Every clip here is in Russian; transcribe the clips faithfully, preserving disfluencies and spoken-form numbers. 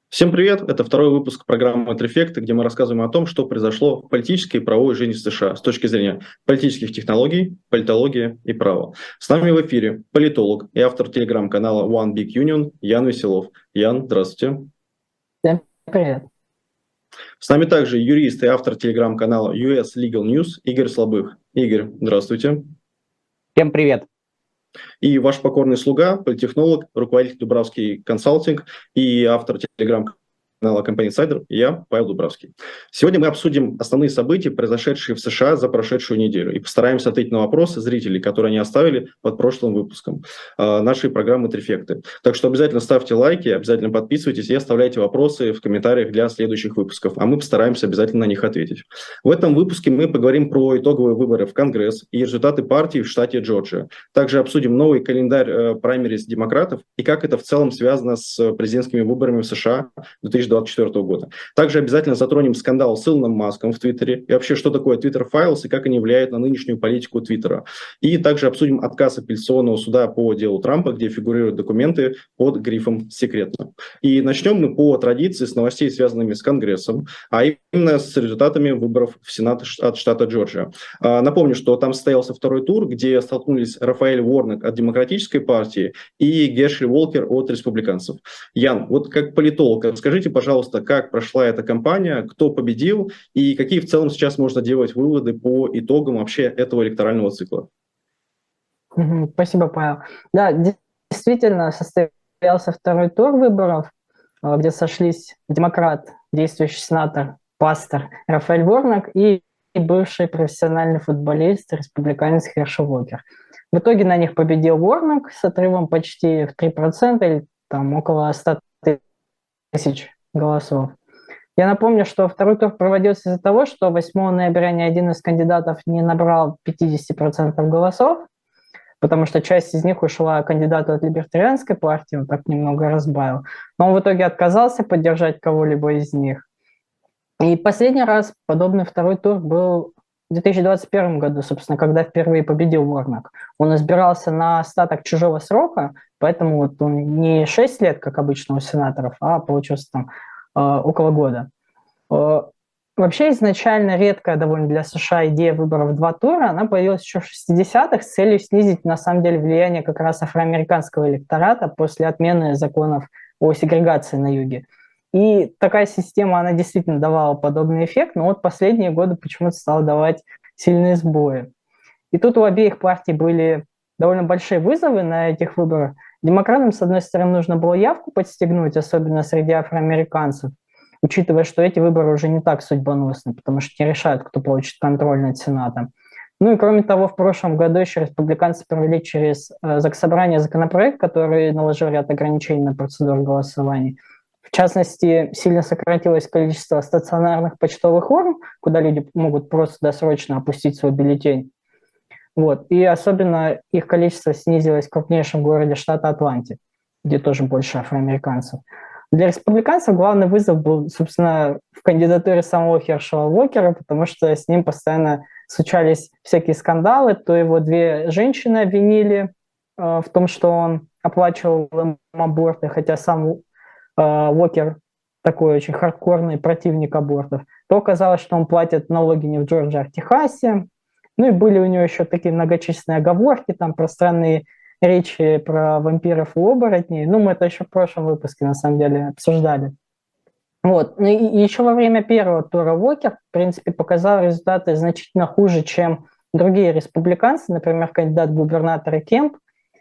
Всем привет! Это второй выпуск программы «Трефекты», где мы рассказываем о том, что произошло в политической и правовой жизни США с точки зрения политических технологий, политологии и права. С нами в эфире политолог и автор телеграм-канала One Big Union Ян Веселов. Ян, здравствуйте. Всем привет. С нами также юрист и автор телеграм-канала ю эс Legal News Игорь Слабых. Игорь, здравствуйте. Всем привет. И ваш покорный слуга, политтехнолог, руководитель Дубравский консалтинг и автор телеграм-канала компании Insider, я, Павел Дубравский. Сегодня мы обсудим основные события, произошедшие в США за прошедшую неделю, и постараемся ответить на вопросы зрителей, которые они оставили под прошлым выпуском э, нашей программы «Трефекты». Так что обязательно ставьте лайки, обязательно подписывайтесь и оставляйте вопросы в комментариях для следующих выпусков, а мы постараемся обязательно на них ответить. В этом выпуске мы поговорим про итоговые выборы в Конгресс и результаты партии в штате Джорджия. Также обсудим новый календарь э, праймериз демократов и как это в целом связано с президентскими выборами в США две тысячи двадцать четвёртого года. Также обязательно затронем скандал с Илоном Маском в Твиттере и вообще, что такое Twitter Files и как они влияют на нынешнюю политику Твиттера. И также обсудим отказ апелляционного суда по делу Трампа, где фигурируют документы под грифом «секретно». И начнем мы по традиции с новостей, связанными с Конгрессом, а именно с результатами выборов в Сенат от штата Джорджия. Напомню, что там состоялся второй тур, где столкнулись Рафаэль Уорнок от Демократической партии и Гершли Уолкер от республиканцев. Ян, вот как политолог, расскажите, пожалуйста, как прошла эта кампания, кто победил и какие в целом сейчас можно делать выводы по итогам вообще этого электорального цикла? Спасибо, Павел. Да, действительно состоялся второй тур выборов, где сошлись демократ, действующий сенатор, пастор Рафаэль Уорнок и бывший профессиональный футболист, республиканец Гершли Уолкер. В итоге на них победил Уорнок с отрывом почти в три процента, или там около ста тысяч голосов. Я напомню, что второй тур проводился из-за того, что восьмого ноября ни один из кандидатов не набрал пятьдесят процентов голосов, потому что часть из них ушла кандидату от либертарианской партии, он так немного разбавил. Но он в итоге отказался поддержать кого-либо из них. И последний раз подобный второй тур был в две тысячи двадцать первом году, собственно, когда впервые победил Уорнок. Он избирался на остаток чужого срока, поэтому вот он не шесть лет, как обычно у сенаторов, а получился там э, около года. Э, вообще изначально редкая довольно для США идея выборов в два тура, она появилась еще в шестидесятых с целью снизить на самом деле влияние как раз афроамериканского электората после отмены законов о сегрегации на юге. И такая система, она действительно давала подобный эффект, но вот последние годы почему-то стала давать сильные сбои. И тут у обеих партий были довольно большие вызовы на этих выборах. Демократам, с одной стороны, нужно было явку подстегнуть, особенно среди афроамериканцев, учитывая, что эти выборы уже не так судьбоносны, потому что не решают, кто получит контроль над Сенатом. Ну и кроме того, в прошлом году еще республиканцы провели через Заксобрание законопроект, который наложил ряд ограничений на процедуру голосования. В частности, сильно сократилось количество стационарных почтовых урн, куда люди могут просто досрочно опустить свой бюллетень. Вот. И особенно их количество снизилось в крупнейшем городе штата Атланте, где тоже больше афроамериканцев. Для республиканцев главный вызов был, собственно, в кандидатуре самого Гершли Уолкера, потому что с ним постоянно случались всякие скандалы. То его две женщины обвинили э, в том, что он оплачивал им аборты, хотя сам Уокер такой очень хардкорный противник абортов, то оказалось, что он платит налоги не в Джорджии, а в Техасе. Ну и были у него еще такие многочисленные оговорки, там про странные речи про вампиров и оборотней. Ну, мы это еще в прошлом выпуске, на самом деле, обсуждали. Вот. Ну и еще во время первого тура Уокер, в принципе, показал результаты значительно хуже, чем другие республиканцы, например, кандидат в губернаторы Кемп,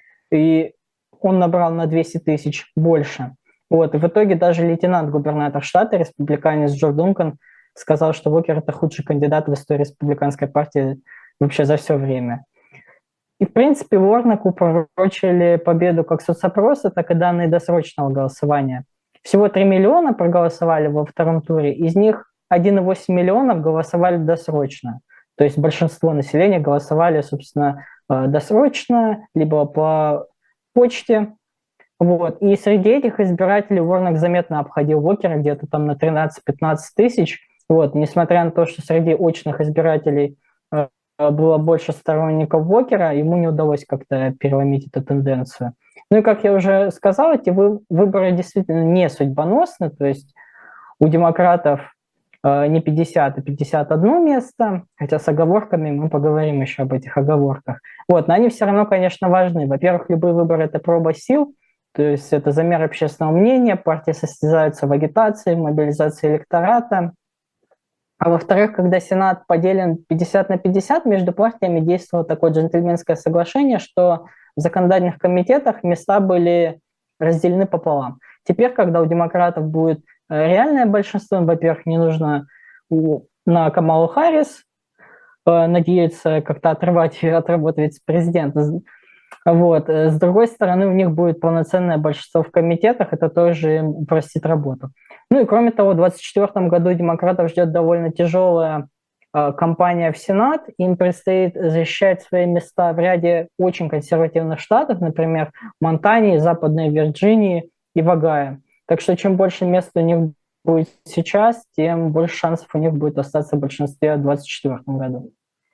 и он набрал на двести тысяч больше. Вот, и в итоге даже лейтенант-губернатор штата, республиканец Джо Дункан, сказал, что Уокер – это худший кандидат в истории республиканской партии вообще за все время. И, в принципе, Уорноку пророчили победу как соцопросы, так и данные досрочного голосования. Всего три миллиона проголосовали во втором туре, из них один целых восемь десятых миллионов голосовали досрочно. То есть большинство населения голосовали, собственно, досрочно, либо по почте. Вот. И среди этих избирателей Уорнок заметно обходил Уокера где-то там на тринадцать-пятнадцать тысяч. Вот. Несмотря на то, что среди очных избирателей э, было больше сторонников Уокера, ему не удалось как-то переломить эту тенденцию. Ну и, как я уже сказал, эти выборы действительно не судьбоносны, то есть у демократов не пятьдесят, а пятьдесят одно место, хотя с оговорками мы поговорим еще об этих оговорках. Вот, но они все равно, конечно, важны. Во-первых, любые выборы – это проба сил, то есть это замер общественного мнения, партии состязаются в агитации, в мобилизации электората. А во-вторых, когда Сенат поделен пятьдесят на пятьдесят, между партиями действовало такое джентльменское соглашение, что в законодательных комитетах места были разделены пополам. Теперь, когда у демократов будет реальное большинство, во-первых, не нужно на Камалу Харрис надеяться как-то отрывать ее от работы вице-президента. Вот. С другой стороны, у них будет полноценное большинство в комитетах, это тоже им упростит работу. Ну и кроме того, в две тысячи двадцать четвёртом году демократов ждет довольно тяжелая э, кампания в Сенат. Им предстоит защищать свои места в ряде очень консервативных штатов, например, Монтане, Западной Вирджинии и в Огайо. Так что чем больше мест у них будет сейчас, тем больше шансов у них будет остаться в большинстве в две тысячи двадцать четвёртом году.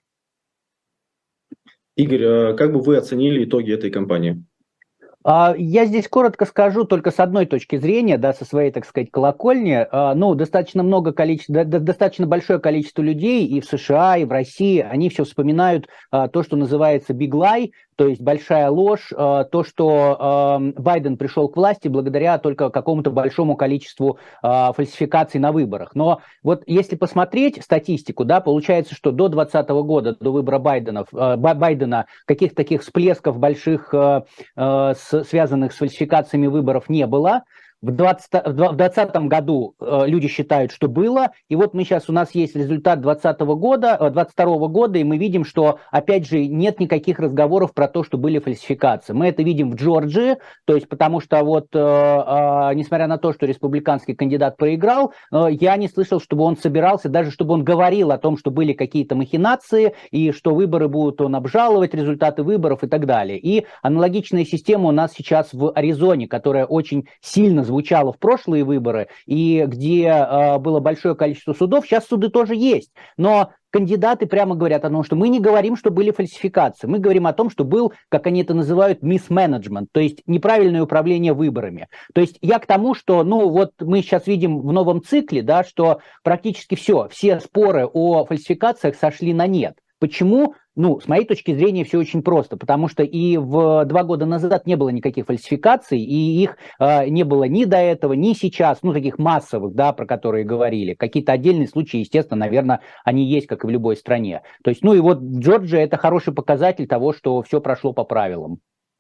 Игорь, как бы вы оценили итоги этой кампании? Я здесь коротко скажу только с одной точки зрения, да, со своей, так сказать, колокольни. Ну, достаточно много количества, достаточно большое количество людей и в США, и в России, они все вспоминают то, что называется big lie, то есть большая ложь, то, что Байден пришел к власти благодаря только какому-то большому количеству фальсификаций на выборах. Но вот если посмотреть статистику, да, получается, что до двадцатого года, до выбора Байдена, Байдена каких-то таких всплесков больших, связанных с фальсификациями выборов, не было. В двадцатом году э, люди считают, что было, и вот мы сейчас, у нас есть результат двадцатого года, двадцать второго года, и мы видим, что, опять же, нет никаких разговоров про то, что были фальсификации. Мы это видим в Джорджии, то есть потому что вот, э, э, несмотря на то, что республиканский кандидат проиграл, э, я не слышал, чтобы он собирался, даже чтобы он говорил о том, что были какие-то махинации, и что выборы будут он обжаловать, результаты выборов и так далее. И аналогичная система у нас сейчас в Аризоне, которая очень сильно звучит звучало в прошлые выборы, и где э, было большое количество судов, сейчас суды тоже есть. Но кандидаты прямо говорят о том, что мы не говорим, что были фальсификации, мы говорим о том, что был, как они это называют, mismanagement, то есть неправильное управление выборами. То есть я к тому, что, ну вот мы сейчас видим в новом цикле, да, что практически все, все споры о фальсификациях сошли на нет. Почему? Ну, с моей точки зрения, все очень просто, потому что и в два года назад не было никаких фальсификаций, и их э, не было ни до этого, ни сейчас, ну, таких массовых, да, про которые говорили. Какие-то отдельные случаи, естественно, наверное, они есть, как и в любой стране. То есть, ну, и вот Джорджия – это хороший показатель того, что все прошло по правилам.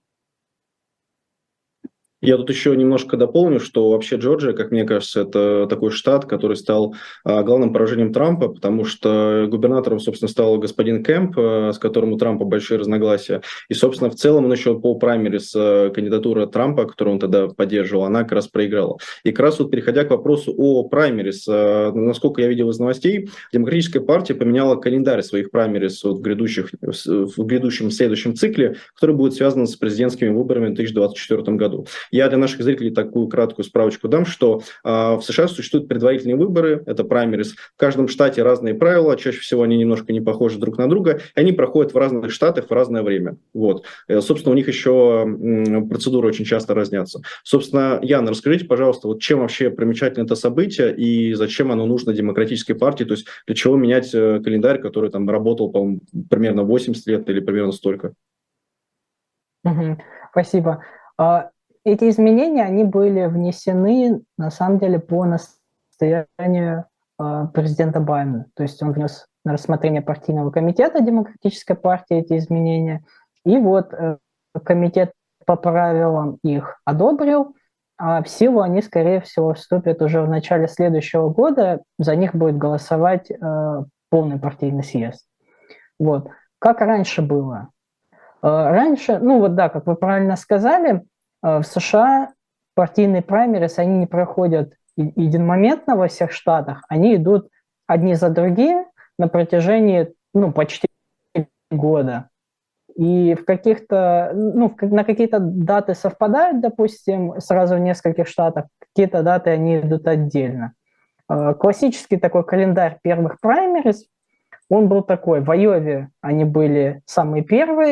Я тут еще немножко дополню, что вообще Джорджия, как мне кажется, это такой штат, который стал а, главным поражением Трампа, потому что губернатором, собственно, стал господин Кэмп, а, с которым у Трампа большие разногласия. И, собственно, в целом он еще по праймерис а, кандидатура Трампа, которую он тогда поддерживал, она как раз проиграла. И как раз вот переходя к вопросу о праймерис, а, насколько я видел из новостей, Демократическая партия поменяла календарь своих праймерис вот в, грядущих, в грядущем следующем цикле, который будет связан с президентскими выборами в две тысячи двадцать четвёртом году. Я для наших зрителей такую краткую справочку дам, что э, в США существуют предварительные выборы, это праймерис. В каждом штате разные правила, чаще всего они немножко не похожи друг на друга, и они проходят в разных штатах в разное время. Вот. Э, собственно, у них еще э, процедуры очень часто разнятся. Собственно, Яна, расскажите, пожалуйста, вот чем вообще примечательно это событие и зачем оно нужно Демократической партии, то есть для чего менять э, календарь, который там работал, по-моему, примерно восемьдесят лет или примерно столько? Угу. Спасибо. Эти изменения, они были внесены, на самом деле, по настоянию э, президента Байдена. То есть он внес на рассмотрение партийного комитета Демократической партии эти изменения. И вот э, комитет по правилам их одобрил, а в силу они, скорее всего, вступят уже в начале следующего года. За них будет голосовать э, полный партийный съезд. Вот. Как раньше было? Э, раньше, ну вот да, как вы правильно сказали, в США партийные праймерис, они не проходят единомоментно во всех штатах, они идут одни за другими на протяжении, ну, почти года. И в каких-то, ну, на какие-то даты совпадают, допустим, сразу в нескольких штатах, какие-то даты они идут отдельно. Классический такой календарь первых праймерис, он был такой, в Айове они были самые первые,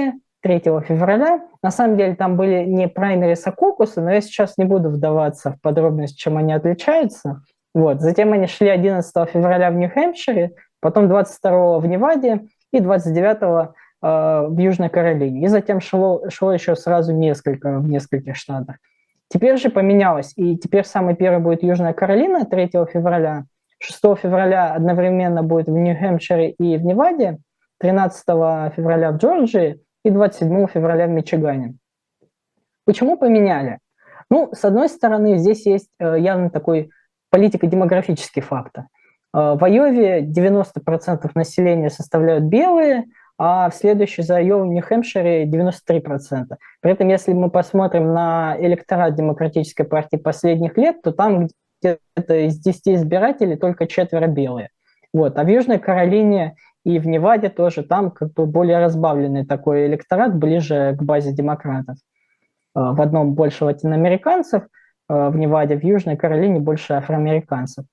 третьего февраля. На самом деле там были не праймерис, а кокусы, но я сейчас не буду вдаваться в подробности, чем они отличаются. Вот. Затем они шли одиннадцатого февраля в Нью-Хэмпшире, потом двадцать второго в Неваде и двадцать девятого э, в Южной Каролине. И затем шло, шло еще сразу несколько в нескольких штатах. Теперь же поменялось, и теперь самый первый будет Южная Каролина третьего февраля, шестого февраля одновременно будет в Нью-Хэмпшире и в Неваде, тринадцатого февраля в Джорджии и двадцать седьмого февраля в Мичигане. Почему поменяли? Ну, с одной стороны, здесь есть явно такой политико-демографический фактор. В Айове девяносто процентов населения составляют белые, а в следующей за Айову в Нью-Хэмпшире девяносто три процента. При этом, если мы посмотрим на электорат Демократической партии последних лет, то там где-то из десяти избирателей только четверо белые. Вот. А в Южной Каролине и в Неваде тоже там как бы более разбавленный такой электорат, ближе к базе демократов. В одном больше латиноамериканцев, в Неваде, в Южной Каролине больше афроамериканцев.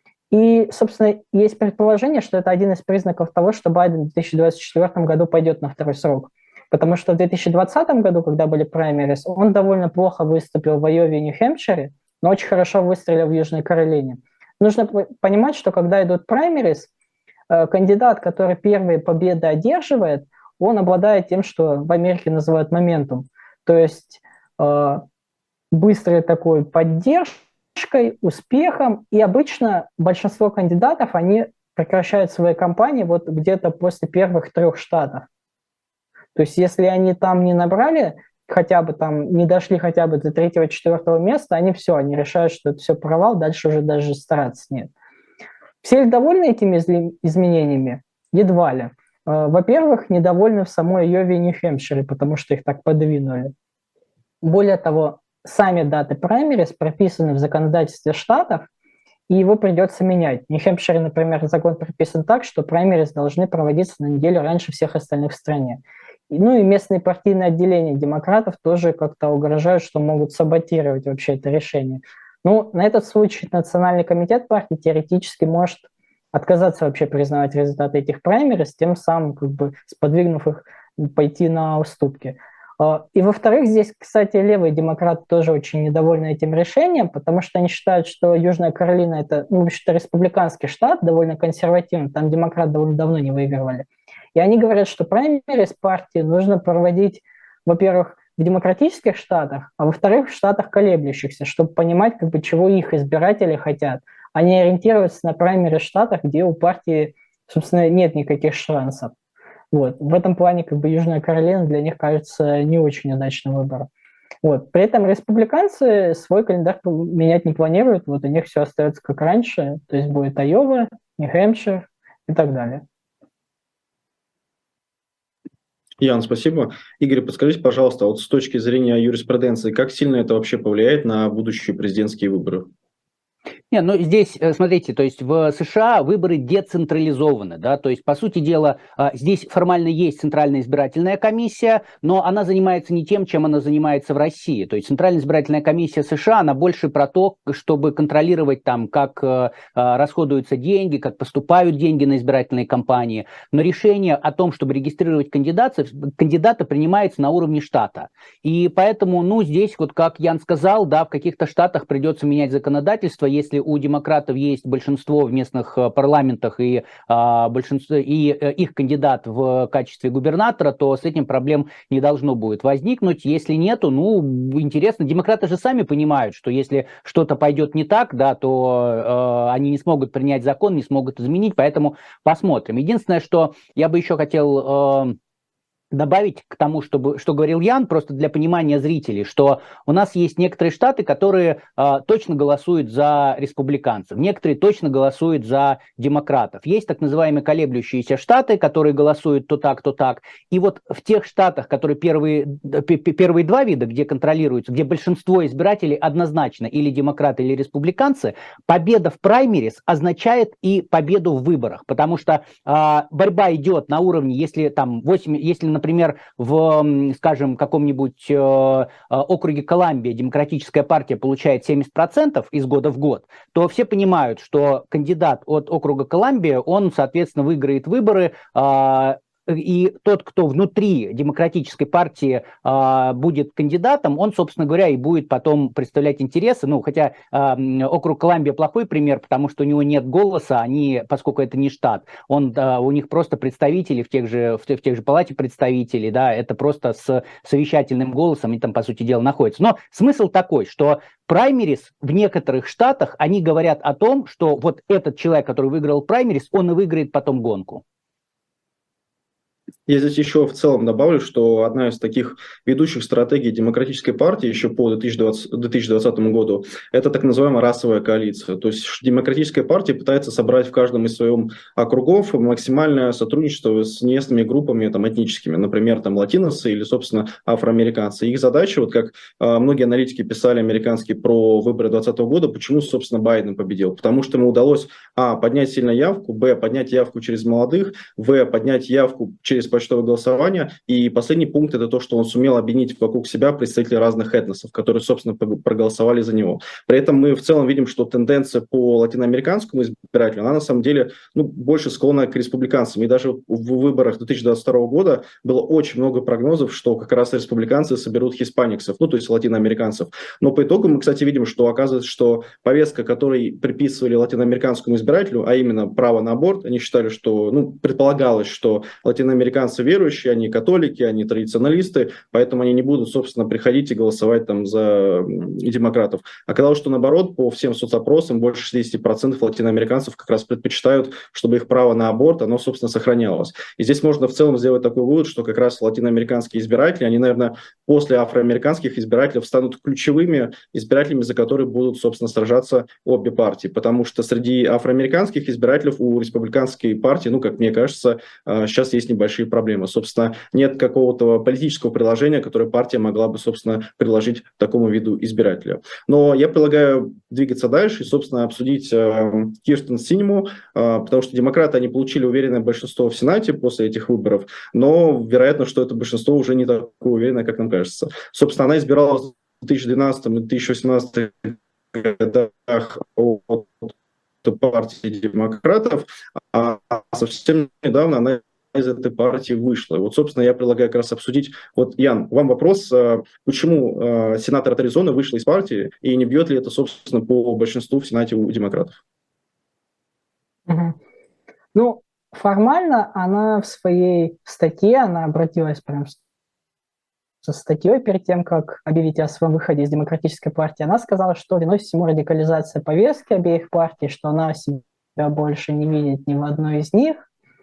И, собственно, есть предположение, что это один из признаков того, что Байден в две тысячи двадцать четвёртом году пойдет на второй срок. Потому что в две тысячи двадцатом году, когда были праймерис, он довольно плохо выступил в Айове и Нью-Хэмпшире, но очень хорошо выстрелил в Южной Каролине. Нужно понимать, что когда идут праймерис, кандидат, который первые победы одерживает, он обладает тем, что в Америке называют моментум. То есть э, быстрой такой поддержкой, успехом. И обычно большинство кандидатов, они прекращают свои кампании вот где-то после первых трех штатов. То есть если они там не набрали, хотя бы там, не дошли хотя бы до третьего-четвертого места, они все, они решают, что это все провал, дальше уже даже стараться нет. Все ли довольны этими изменениями? Едва ли. Во-первых, недовольны в самой Айове и Нью-Хэмпшире, потому что их так подвинули. Более того, сами даты праймерис прописаны в законодательстве штатов, и его придется менять. В Нью-Хэмпшире, например, закон прописан так, что праймерис должны проводиться на неделю раньше всех остальных в стране. Ну и местные партийные отделения демократов тоже как-то угрожают, что могут саботировать вообще это решение. Ну, на этот случай Национальный комитет партии теоретически может отказаться вообще признавать результаты этих праймерис, тем самым как бы сподвигнув их пойти на уступки. И, во-вторых, здесь, кстати, левые демократы тоже очень недовольны этим решением, потому что они считают, что Южная Каролина – это, ну, вообще-то, республиканский штат, довольно консервативный, там демократы довольно давно не выигрывали. И они говорят, что праймерис партии нужно проводить, во-первых, в демократических штатах, а во-вторых, в штатах колеблющихся, чтобы понимать, как бы, чего их избиратели хотят, а не ориентироваться на праймерис штатах, где у партии, собственно, нет никаких шансов. Вот. В этом плане как бы Южная Каролина для них кажется не очень удачным выбором. Вот. При этом республиканцы свой календарь менять не планируют, вот у них все остается как раньше, то есть будет Айова, Нью-Хэмпшир и так далее. Ян, спасибо. Игорь, подскажите, пожалуйста, вот с точки зрения юриспруденции, как сильно это вообще повлияет на будущие президентские выборы? Не, ну здесь, смотрите, то есть в США выборы децентрализованы, да, то есть, по сути дела, здесь формально есть Центральная избирательная комиссия, но она занимается не тем, чем она занимается в России. То есть Центральная избирательная комиссия США, она больше про то, чтобы контролировать там, как расходуются деньги, как поступают деньги на избирательные кампании, но решение о том, чтобы регистрировать кандидата, кандидата принимается на уровне штата. И поэтому, ну, здесь, вот как Ян сказал, да, в каких-то штатах придется менять законодательство, если у демократов есть большинство в местных парламентах и, а, большинство, и а, их кандидат в качестве губернатора, то с этим проблем не должно будет возникнуть. Если нету, ну, интересно, демократы же сами понимают, что если что-то пойдет не так, да, то э, они не смогут принять закон, не смогут изменить, поэтому посмотрим. Единственное, что я бы еще хотел... Э, добавить к тому, чтобы, что говорил Ян, просто для понимания зрителей, что у нас есть некоторые штаты, которые э, точно голосуют за республиканцев, некоторые точно голосуют за демократов. Есть так называемые колеблющиеся штаты, которые голосуют то так, то так. И вот в тех штатах, которые первые, первые два вида, где контролируются, где большинство избирателей однозначно или демократы, или республиканцы, победа в праймерис означает и победу в выборах, потому что э, борьба идет на уровне, если там восемь, если например, в, скажем, каком-нибудь э, округе Колумбия демократическая партия получает семьдесят процентов из года в год, то все понимают, что кандидат от округа Колумбия, он, соответственно, выиграет выборы, э, и тот, кто внутри демократической партии э, будет кандидатом, он, собственно говоря, и будет потом представлять интересы. Ну, хотя э, округ Колумбия плохой пример, потому что у него нет голоса, они, поскольку это не штат, он, э, у них просто представители в тех же, в, в тех же палате представителей, да, это просто с совещательным голосом, они там, по сути дела, находятся. Но смысл такой, что праймерис в некоторых штатах, они говорят о том, что вот этот человек, который выиграл праймерис, он и выиграет потом гонку. Я здесь еще в целом добавлю, что одна из таких ведущих стратегий демократической партии еще по две тысячи двадцатому году – это так называемая расовая коалиция. То есть демократическая партия пытается собрать в каждом из своем округов максимальное сотрудничество с местными группами там, этническими, например, там латиносы или, собственно, афроамериканцы. Их задача, вот как а, многие аналитики писали американские про выборы двадцатого года, почему, собственно, Байден победил? Потому что ему удалось, а, поднять сильно явку, б, поднять явку через молодых, в, поднять явку через почтовое голосование. И последний пункт – это то, что он сумел объединить вокруг себя представителей разных этносов, которые, собственно, проголосовали за него. При этом мы в целом видим, что тенденция по латиноамериканскому избирателю, она на самом деле ну, больше склонна к республиканцам. И даже в выборах две тысячи двадцать второго года было очень много прогнозов, что как раз республиканцы соберут хиспаниксов, ну, то есть латиноамериканцев. Но по итогу мы, кстати, видим, что оказывается, что повестка, которую приписывали латиноамериканскому избирателю, а именно право на аборт, они считали, что, ну, предполагалось, что латиноамериканцы верующие, они католики, они традиционалисты, поэтому они не будут, собственно, приходить и голосовать там за демократов. Оказалось, что наоборот, по всем соцопросам больше шестьдесят процентов латиноамериканцев как раз предпочитают, чтобы их право на аборт, оно, собственно, сохранялось. И здесь можно в целом сделать такой вывод, что как раз латиноамериканские избиратели, они, наверное, после афроамериканских избирателей станут ключевыми избирателями, за которые будут, собственно, сражаться обе партии. Потому что среди афроамериканских избирателей у республиканской партии, ну, как мне кажется, сейчас есть небольшие проблемы. Собственно, нет какого-то политического приложения, которое партия могла бы, собственно, приложить к такому виду избирателя. Но я предлагаю двигаться дальше и, собственно, обсудить э, Кирстен Синему, э, потому что демократы, они получили уверенное большинство в Сенате после этих выборов, но вероятно, что это большинство уже не такое уверенное, как нам кажется. Собственно, она избиралась в две тысячи двенадцатом и две тысячи восемнадцатом годах от партии демократов, а совсем недавно она из этой партии вышла. Вот, собственно, я предлагаю как раз обсудить. Вот, Ян, вам вопрос, почему сенатор от Аризоны вышла из партии, и не бьет ли это, собственно, по большинству в Сенате у демократов? Угу. Ну, формально она в своей статье, она обратилась прям со статьей перед тем, как объявить о своем выходе из демократической партии. Она сказала, что виной всему радикализация повестки обеих партий, что она себя больше не видит ни в одной из них.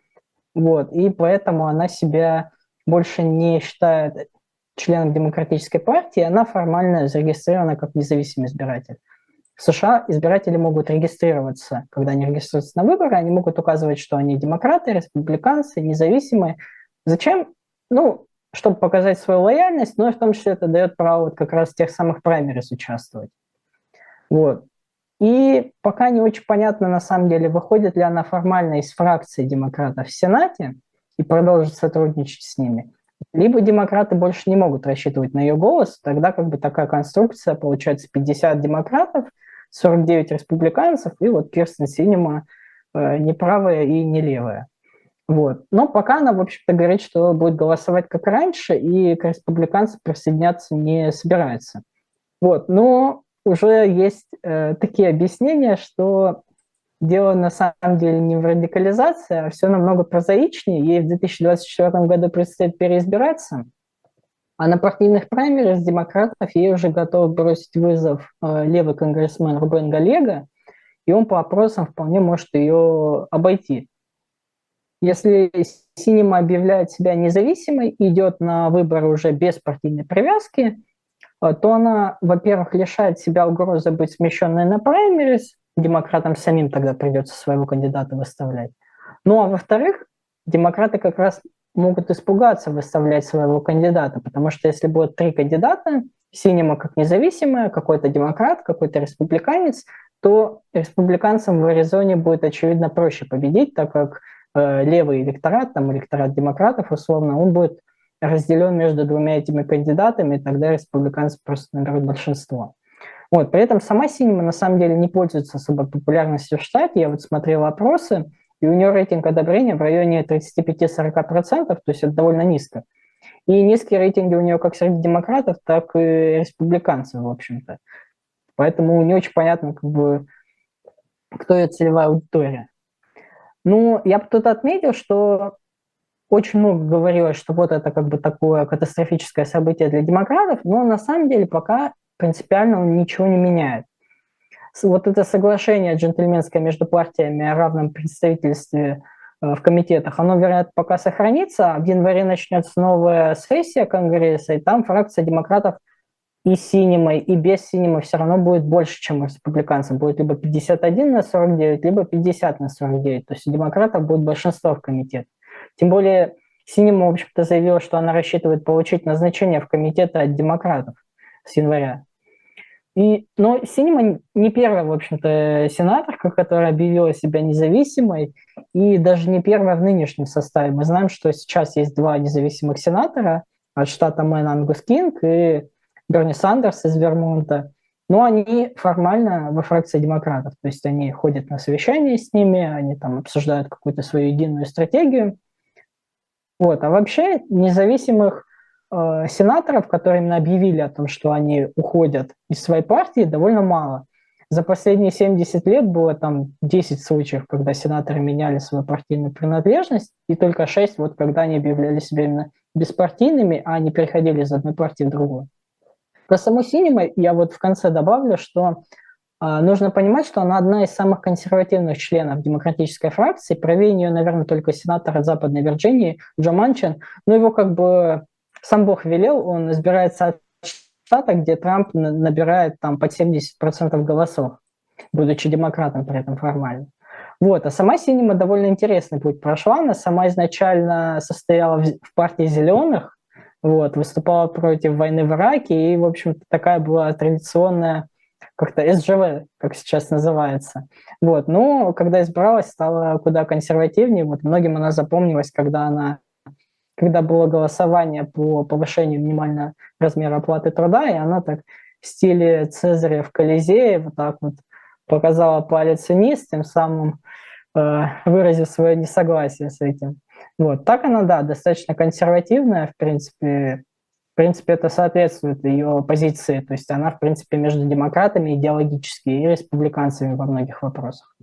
Вот, и поэтому она себя больше не считает членом демократической партии, она формально зарегистрирована как независимый избиратель. В США избиратели могут регистрироваться, когда они регистрируются на выборы, они могут указывать, что они демократы, республиканцы, независимые. Зачем? Ну, чтобы показать свою лояльность, но и в том числе это дает право вот как раз в тех самых праймерис участвовать. Вот. И пока не очень понятно, на самом деле, выходит ли она формально из фракции демократов в Сенате и продолжит сотрудничать с ними, либо демократы больше не могут рассчитывать на ее голос, тогда как бы такая конструкция, получается, пятьдесят демократов, сорок девять республиканцев, и вот Кирстен Синема э, не правая и не левая. Вот. Но пока она, в общем-то, говорит, что будет голосовать как раньше, и к республиканцам присоединяться не собирается. Вот. Но уже есть э, такие объяснения, что дело на самом деле не в радикализации, а все намного прозаичнее. Ей в две тысячи двадцать четвёртом году предстоит переизбираться, а на партийных праймерис демократов ей уже готов бросить вызов э, левый конгрессмен Рубен Галлего, и он по опросам вполне может ее обойти. Если Синема объявляет себя независимой, идет на выборы уже без партийной привязки, то она, во-первых, лишает себя угрозы быть смещенной на праймерис, демократам самим тогда придется своего кандидата выставлять. Ну а во-вторых, демократы как раз могут испугаться выставлять своего кандидата, потому что если будет три кандидата, Синема как независимая, какой-то демократ, какой-то республиканец, то республиканцам в Аризоне будет, очевидно, проще победить, так как э, левый электорат, там электорат демократов, условно, он будет разделен между двумя этими кандидатами, и тогда республиканцы просто наберут большинство. Вот. При этом сама Синема на самом деле не пользуется особой популярностью в штате. Я вот смотрел опросы, и у нее рейтинг одобрения в районе тридцать пять - сорок процентов, то есть это довольно низко. И низкие рейтинги у нее как среди демократов, так и республиканцев, в общем-то. Поэтому не очень понятно, как бы, кто ее целевая аудитория. Ну, я бы тут отметил, что очень много говорилось, что вот это как бы такое катастрофическое событие для демократов, но на самом деле пока принципиально он ничего не меняет. Вот это соглашение джентльменское между партиями о равном представительстве в комитетах, оно, вероятно, пока сохранится. В январе начнется новая сессия Конгресса, и там фракция демократов и синемой, и без синемой все равно будет больше, чем у республиканцев. Будет либо пятьдесят один на сорок девять, либо пятьдесят на сорок девять. То есть у демократов будет большинство в комитете. Тем более синема, в общем-то, заявила, что она рассчитывает получить назначение в комитеты от демократов с января. И, но Синема не первая, в общем-то, сенаторка, которая объявила себя независимой, и даже не первая в нынешнем составе. Мы знаем, что сейчас есть два независимых сенатора от штата Мэн, Ангус Кинг и Берни Сандерс из Вермонта. Но они формально во фракции демократов, то есть они ходят на совещания с ними, они там обсуждают какую-то свою единую стратегию. Вот. А вообще независимых сенаторов, которые именно объявили о том, что они уходят из своей партии, довольно мало. За последние семьдесят лет было там десять случаев, когда сенаторы меняли свою партийную принадлежность, и только шесть, вот, когда они объявляли себя именно беспартийными, а не переходили из одной партии в другую. Про саму Синему я вот в конце добавлю, что э, нужно понимать, что она одна из самых консервативных членов демократической фракции. Правее нее, наверное, только сенатор от Западной Вирджинии Джо Манчин, но его как бы сам Бог велел, он избирается от штата, где Трамп набирает там под семьдесят процентов голосов, будучи демократом при этом формально. Вот. А сама Синема довольно интересный путь прошла. Она сама изначально состояла в, в партии «Зеленых», вот, выступала против войны в Ираке, и, в общем-то, такая была традиционная как-то эс джэ вэ, как сейчас называется. Вот. Но когда избралась, стала куда консервативнее. Вот многим она запомнилась, когда она когда было голосование по повышению минимального размера оплаты труда, и она так в стиле Цезаря в Колизее вот так вот показала палец вниз, тем самым э, выразив свое несогласие с этим. Вот. Так она, да, достаточно консервативная, в принципе, в принципе, это соответствует ее позиции, то есть она, в принципе, между демократами идеологически и республиканцами во многих вопросах.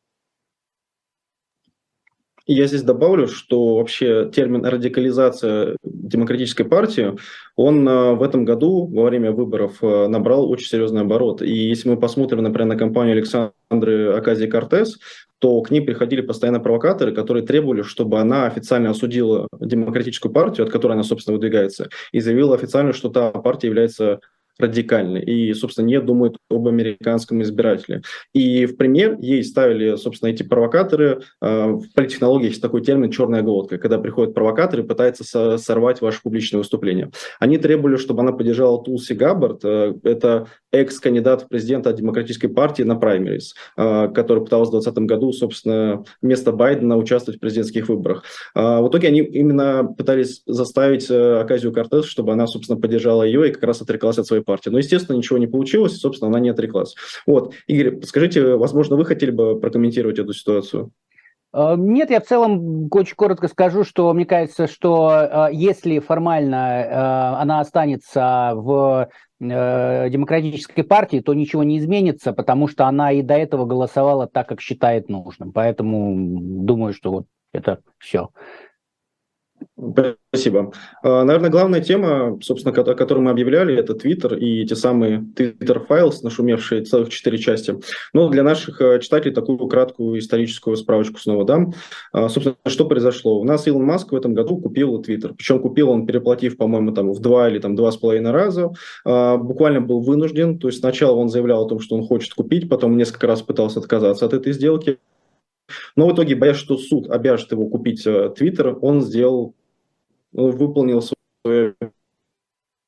И я здесь добавлю, что вообще термин «радикализация демократической партии», он в этом году во время выборов набрал очень серьезный оборот. И если мы посмотрим, например, на кампанию Александры Оказии-Кортес, то к ней приходили постоянно провокаторы, которые требовали, чтобы она официально осудила демократическую партию, от которой она, собственно, выдвигается, и заявила официально, что та партия является радикальной и, собственно, не думает об американском избирателе. И в пример ей ставили, собственно, эти провокаторы. В политтехнологии есть такой термин «черная глотка», когда приходят провокаторы и пытаются сорвать ваше публичное выступление. Они требовали, чтобы она поддержала Тулси Габбард, это экс-кандидат в президенты от Демократической партии на праймерис, который пытался в двадцатом году, собственно, вместо Байдена участвовать в президентских выборах. В итоге они именно пытались заставить Оказию-Кортес, чтобы она, собственно, поддержала ее и как раз отреклась от своей партии. Но, естественно, ничего не получилось, и, собственно, она не отреклась. Вот. Игорь, скажите, возможно, вы хотели бы прокомментировать эту ситуацию? Нет, я в целом очень коротко скажу, что мне кажется, что если формально она останется в демократической партии, то ничего не изменится, потому что она и до этого голосовала так, как считает нужным. Поэтому думаю, что вот это все. Спасибо. Наверное, главная тема, собственно, о которой мы объявляли, это Twitter и те самые Twitter Files, нашумевшие целых четыре части. Но для наших читателей такую краткую историческую справочку снова дам. Собственно, что произошло? У нас Илон Маск в этом году купил Twitter. Причем купил он, переплатив, по-моему, там в два или там два с половиной раза. Буквально был вынужден. То есть сначала он заявлял о том, что он хочет купить, потом несколько раз пытался отказаться от этой сделки. Но в итоге, боясь, что суд обяжет его купить Twitter, он сделал, выполнил свое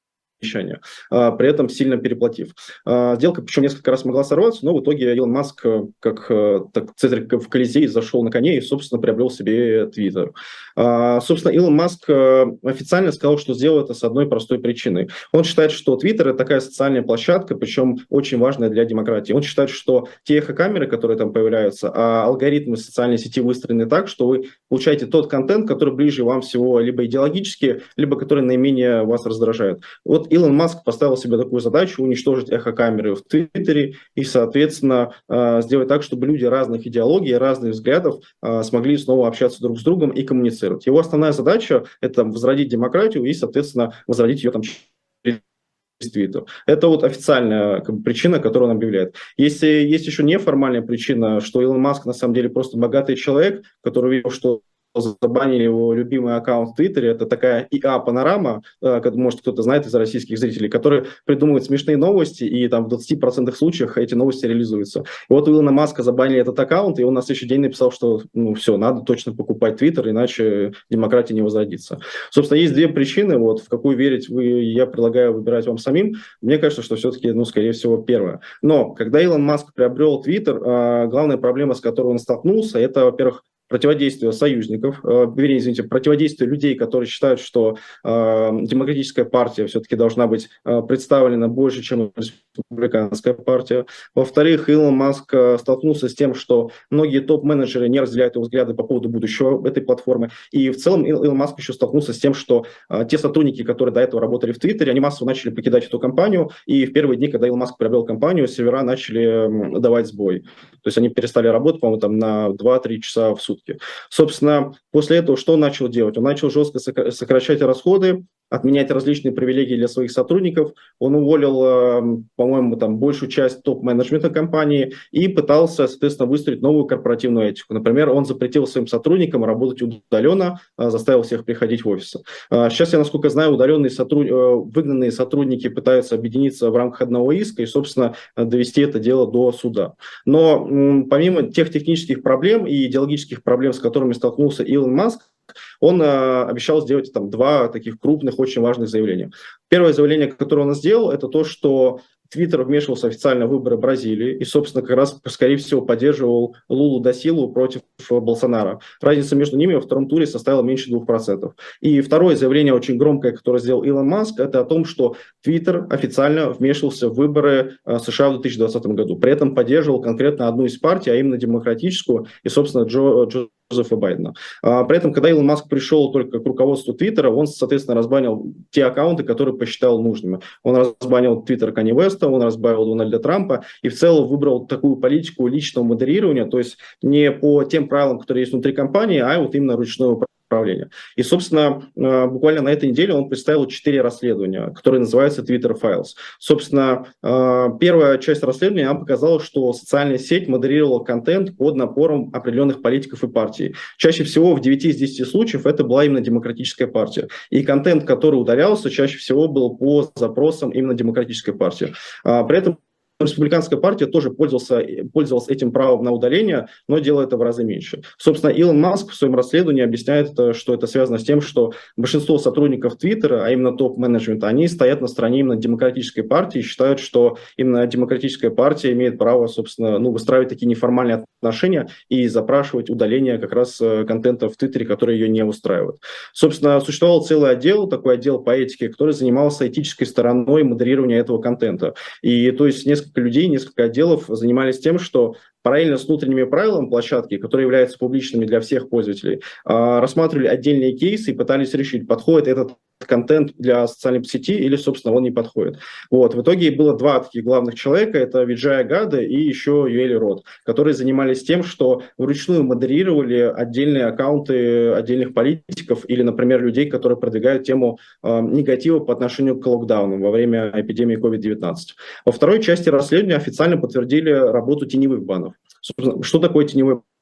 обещания, при этом сильно переплатив. Сделка причем несколько раз могла сорваться, но в итоге Илон Маск, как так, цезарь в Колизее, зашел на коне и, собственно, приобрел себе Твиттер. Собственно, Илон Маск официально сказал, что сделал это с одной простой причиной. Он считает, что Твиттер – это такая социальная площадка, причем очень важная для демократии. Он считает, что те эхокамеры, которые там появляются, а алгоритмы социальной сети выстроены так, что вы получаете тот контент, который ближе вам всего либо идеологически, либо который наименее вас раздражает. Вот Илон Маск поставил себе такую задачу уничтожить эхокамеры в Твиттере и, соответственно, сделать так, чтобы люди разных идеологий, разных взглядов смогли снова общаться друг с другом и коммуницировать. Его основная задача – это возродить демократию и, соответственно, возродить ее там через Твиттер. Это вот официальная как бы, причина, которую он объявляет. Если есть еще неформальная причина, что Илон Маск на самом деле просто богатый человек, который увидел, что забанили его любимый аккаунт в Твиттере, это такая и а-панорама, может кто-то знает из российских зрителей, которые придумывают смешные новости, и там в двадцати процентах случаев эти новости реализуются. И вот у Илона Маска забанили этот аккаунт, и он на следующий день написал, что ну все, надо точно покупать Твиттер, иначе демократия не возродится. Собственно, есть две причины, вот в какую верить вы, я предлагаю выбирать вам самим. Мне кажется, что все-таки, ну, скорее всего, первое. Но когда Илон Маск приобрел Твиттер, главная проблема, с которой он столкнулся, это, во-первых, противодействие союзников, э, вернее, извините, противодействие людей, которые считают, что э, демократическая партия все-таки должна быть э, представлена больше, чем республиканская партия. Во-вторых, Илон Маск э, столкнулся с тем, что многие топ-менеджеры не разделяют его взгляды по поводу будущего этой платформы. И в целом Ил- Илон Маск еще столкнулся с тем, что э, те сотрудники, которые до этого работали в Твиттере, они массово начали покидать эту компанию, и в первые дни, когда Илон Маск приобрел компанию, сервера начали э, давать сбой. То есть они перестали работать, по-моему, там на два-три часа в сутки. Собственно, после этого что он начал делать? Он начал жестко сокращать расходы, отменять различные привилегии для своих сотрудников. Он уволил, по-моему, там большую часть топ-менеджмента компании и пытался, соответственно, выстроить новую корпоративную этику. Например, он запретил своим сотрудникам работать удаленно, заставил всех приходить в офисы. Сейчас, я, насколько знаю, удаленные сотруд... выгнанные сотрудники пытаются объединиться в рамках одного иска и, собственно, довести это дело до суда. Но помимо тех технических проблем и идеологических проблем, с которыми столкнулся Илон Маск, он э, обещал сделать там два таких крупных, очень важных заявления. Первое заявление, которое он сделал, это то, что Твиттер вмешивался официально в выборы Бразилии и, собственно, как раз, скорее всего, поддерживал Лулу да Силву против Болсонaro. Разница между ними во втором туре составила меньше двух процентов. И второе заявление, очень громкое, которое сделал Илон Маск, это о том, что Твиттер официально вмешивался в выборы США в две тысячи двадцатом году. При этом поддерживал конкретно одну из партий, а именно демократическую, и, собственно, Джо, Джо Джозефа Байдена. А, при этом, когда Илон Маск пришел только к руководству Твиттера, он, соответственно, разбанил те аккаунты, которые посчитал нужными. Он разбанил Твиттер Канье Уэста, он разбанил Дональда Трампа и в целом выбрал такую политику личного модерирования, то есть не по тем правилам, которые есть внутри компании, а вот именно ручного управления. И, собственно, буквально на этой неделе он представил четыре расследования, которые называются Twitter Files. Собственно, первая часть расследования она показала, что социальная сеть модерировала контент под напором определенных политиков и партий. Чаще всего в девяти из десяти случаев это была именно демократическая партия. И контент, который удалялся, чаще всего был по запросам именно демократической партии. При этом республиканская партия тоже пользовался, пользовалась этим правом на удаление, но делает это в разы меньше. Собственно, Илон Маск в своем расследовании объясняет, что это связано с тем, что большинство сотрудников Твиттера, а именно топ-менеджмента, они стоят на стороне именно демократической партии и считают, что именно демократическая партия имеет право, собственно, ну, выстраивать такие неформальные отношения и запрашивать удаление как раз контента в Твиттере, который ее не устраивает. Собственно, существовал целый отдел, такой отдел по этике, который занимался этической стороной модерирования этого контента. И то есть несколько людей, несколько отделов занимались тем, что параллельно с внутренними правилами площадки, которые являются публичными для всех пользователей, рассматривали отдельные кейсы и пытались решить, подходит этот контент для социальной сети или, собственно, он не подходит. Вот. В итоге было два таких главных человека, это Виджая Гада и еще Юэли Рот, которые занимались тем, что вручную модерировали отдельные аккаунты отдельных политиков или, например, людей, которые продвигают тему э, негатива по отношению к локдаунам во время эпидемии ковид девятнадцать. Во второй части расследования официально подтвердили работу теневых банов. Собственно, что такое теневой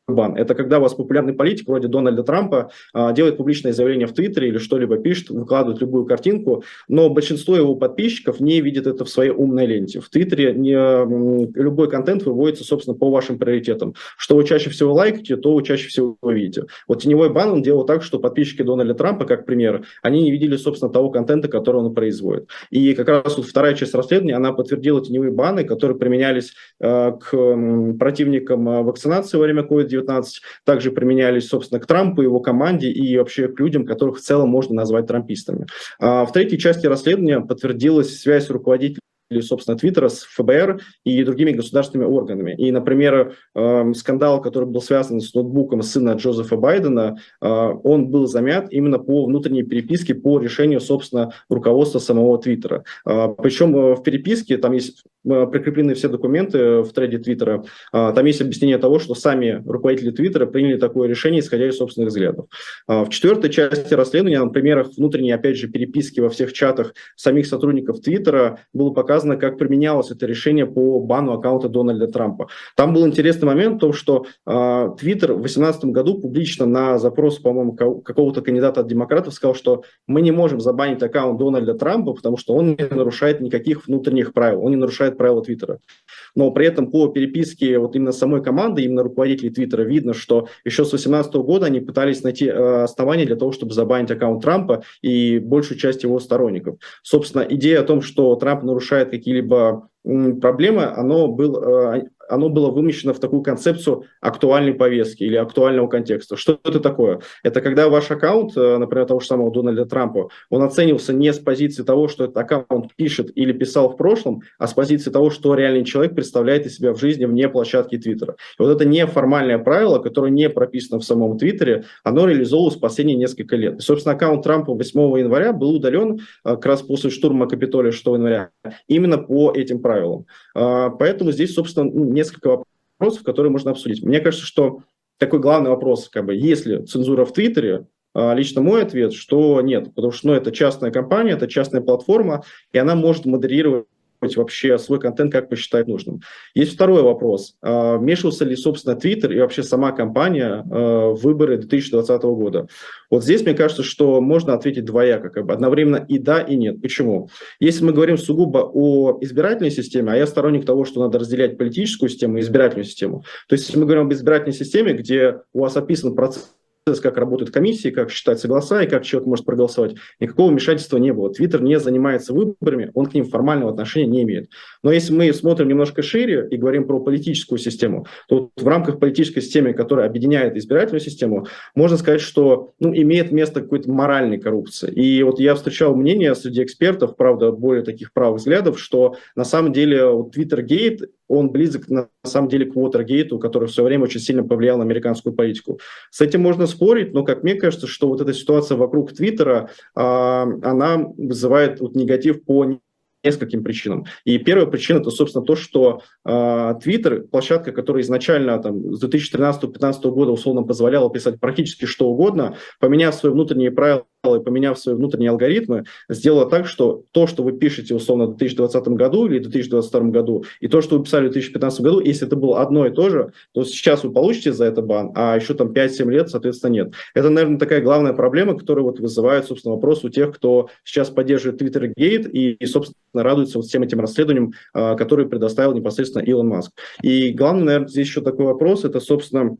бан. Это когда у вас популярный политик вроде Дональда Трампа а, делает публичное заявление в Твиттере или что-либо пишет, выкладывает любую картинку, но большинство его подписчиков не видит это в своей умной ленте. В Твиттере не, любой контент выводится, собственно, по вашим приоритетам. Что вы чаще всего лайкаете, то вы чаще всего видите. Вот теневой бан он делал так, что подписчики Дональда Трампа, как пример, они не видели, собственно, того контента, который он производит. И как раз вот вторая часть расследования, она подтвердила теневые баны, которые применялись э, к э, противникам вакцинации во время ковид девятнадцать, также применялись, собственно, к Трампу, его команде и вообще к людям, которых в целом можно назвать трампистами. А в третьей части расследования подтвердилась связь руководителя или, собственно, Твиттера с эф бэ эр и другими государственными органами. И, например, э, скандал, который был связан с ноутбуком сына Джозефа Байдена, э, он был замят именно по внутренней переписке, по решению, собственно, руководства самого Твиттера. Э, причем э, в переписке, там есть э, прикреплены все документы в треде Твиттера, э, там есть объяснение того, что сами руководители Твиттера приняли такое решение, исходя из собственных взглядов. Э, в четвертой части расследования, на примерах внутренней, опять же, переписки во всех чатах самих сотрудников Твиттера было показано, как применялось это решение по бану аккаунта Дональда Трампа. Там был интересный момент в том, что Твиттер э, в две тысячи восемнадцатом году публично на запрос, по-моему, какого-то кандидата от демократов сказал, что мы не можем забанить аккаунт Дональда Трампа, потому что он не нарушает никаких внутренних правил, он не нарушает правила Твиттера. Но при этом по переписке вот именно самой команды, именно руководителей Твиттера, видно, что еще с две тысячи восемнадцатого года они пытались найти э, основания для того, чтобы забанить аккаунт Трампа и большую часть его сторонников. Собственно, идея о том, что Трамп нарушает какие-либо м, проблемы, оно, был, э, оно было вымещено в такую концепцию актуальной повестки или актуального контекста. Что это такое? Это когда ваш аккаунт, э, например, того же самого Дональда Трампа, он оценивался не с позиции того, что этот аккаунт пишет или писал в прошлом, а с позиции того, что реальный человек представляет из себя в жизни вне площадки Твиттера. И вот это неформальное правило, которое не прописано в самом Твиттере, оно реализовывалось последние несколько лет. И, собственно, аккаунт Трампа восьмого января был удален э, как раз после штурма Капитолия шестого января именно по этим правилам. Э, поэтому здесь, собственно, несколько вопросов, которые можно обсудить. Мне кажется, что такой главный вопрос, как бы, есть ли цензура в Твиттере? э, лично мой ответ, что нет, потому что ну, это частная компания, это частная платформа, и она может модерировать вообще свой контент, как посчитает нужным. Есть второй вопрос. Вмешивался ли, собственно, Twitter и вообще сама компания в выборы две тысячи двадцатого года? Вот здесь, мне кажется, что можно ответить двояко, как бы одновременно и да, и нет. Почему? Если мы говорим сугубо о избирательной системе, а я сторонник того, что надо разделять политическую систему и избирательную систему, то есть если мы говорим об избирательной системе, где у вас описан процесс, как работают комиссии, как считаются голоса и как человек может проголосовать, никакого вмешательства не было. Твиттер не занимается выборами, он к ним формального отношения не имеет. Но если мы смотрим немножко шире и говорим про политическую систему, то в рамках политической системы, которая объединяет избирательную систему, можно сказать, что ну, имеет место какой-то моральной коррупции. И вот я встречал мнение среди экспертов, правда, более таких правых взглядов, что на самом деле вот, Твиттергейт, он близок на самом деле к Уотергейту, который в свое время очень сильно повлиял на американскую политику. С этим можно спорить, но, как мне кажется, что вот эта ситуация вокруг Твиттера, э, она вызывает вот, негатив по нескольким причинам. И первая причина – это, собственно, то, что Твиттер, э, площадка, которая изначально там, с две тысячи тринадцатого-две тысячи пятнадцатого года условно позволяла писать практически что угодно, поменяв свои внутренние правила и поменяв свои внутренние алгоритмы, сделала так, что то, что вы пишете условно в две тысячи двадцатом году или в две тысячи двадцать втором году, и то, что вы писали в две тысячи пятнадцатом году, если это было одно и то же, то сейчас вы получите за это бан, а еще там пять-семь лет, соответственно, нет. Это, наверное, такая главная проблема, которая вот вызывает, собственно, вопрос у тех, кто сейчас поддерживает Твиттергейт и, и, собственно, радуется вот всем этим расследованиям, э, которые предоставил непосредственно Илон Маск. И главный, наверное, здесь еще такой вопрос, это, собственно,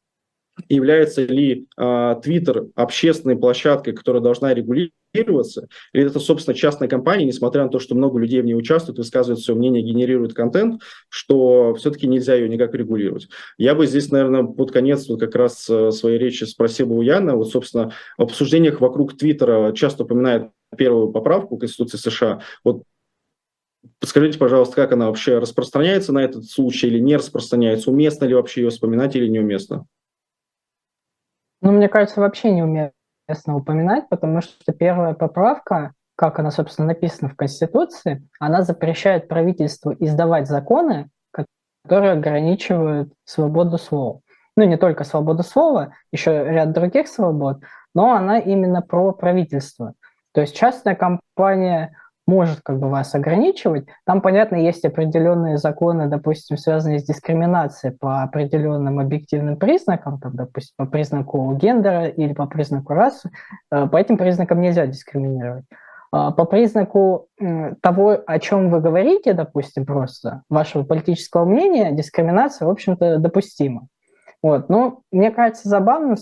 является ли Твиттер э, общественной площадкой, которая должна регулироваться, или это, собственно, частная компания, несмотря на то, что много людей в ней участвуют, высказывают свое мнение, генерируют контент, что все-таки нельзя ее никак регулировать. Я бы здесь, наверное, под конец вот как раз своей речи спросил бы у Яна, вот, собственно, в обсуждениях вокруг Твиттера часто упоминают первую поправку Конституции США. Вот подскажите, пожалуйста, как она вообще распространяется на этот случай или не распространяется? Уместно ли вообще ее вспоминать или неуместно? Ну, мне кажется, вообще неуместно упоминать, потому что первая поправка, как она, собственно, написана в Конституции, она запрещает правительству издавать законы, которые ограничивают свободу слова. Ну, не только свободу слова, еще ряд других свобод, но она именно про правительство. То есть частная компания может как бы вас ограничивать. Там, понятно, есть определенные законы, допустим, связанные с дискриминацией по определенным объективным признакам, там, допустим, по признаку гендера или по признаку расы. По этим признакам нельзя дискриминировать. По признаку того, о чем вы говорите, допустим, просто вашего политического мнения, дискриминация, в общем-то, допустима. Вот. Но мне кажется забавным в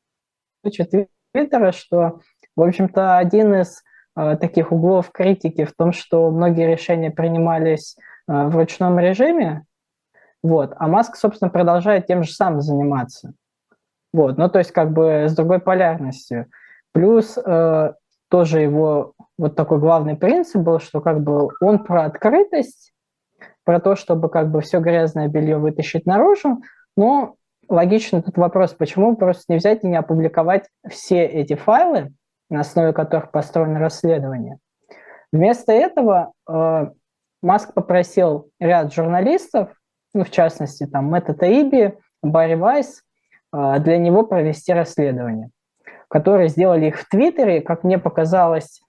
случае Твиттера, что, в общем-то, один из э, таких углов критики в том, что многие решения принимались э, в ручном режиме, вот, а Маск, собственно, продолжает тем же самым заниматься. Вот. Ну, то есть как бы с другой полярностью. Плюс э, тоже его вот такой главный принцип был, что как бы он про открытость, про то, чтобы как бы все грязное белье вытащить наружу, но логичный тут вопрос, почему просто не взять и не опубликовать все эти файлы, на основе которых построено расследование. Вместо этого э, Маск попросил ряд журналистов, ну, в частности, там, Мэтта Таиби, Барри Вайс, э, для него провести расследование, которые сделали их в Твиттере, как мне показалось,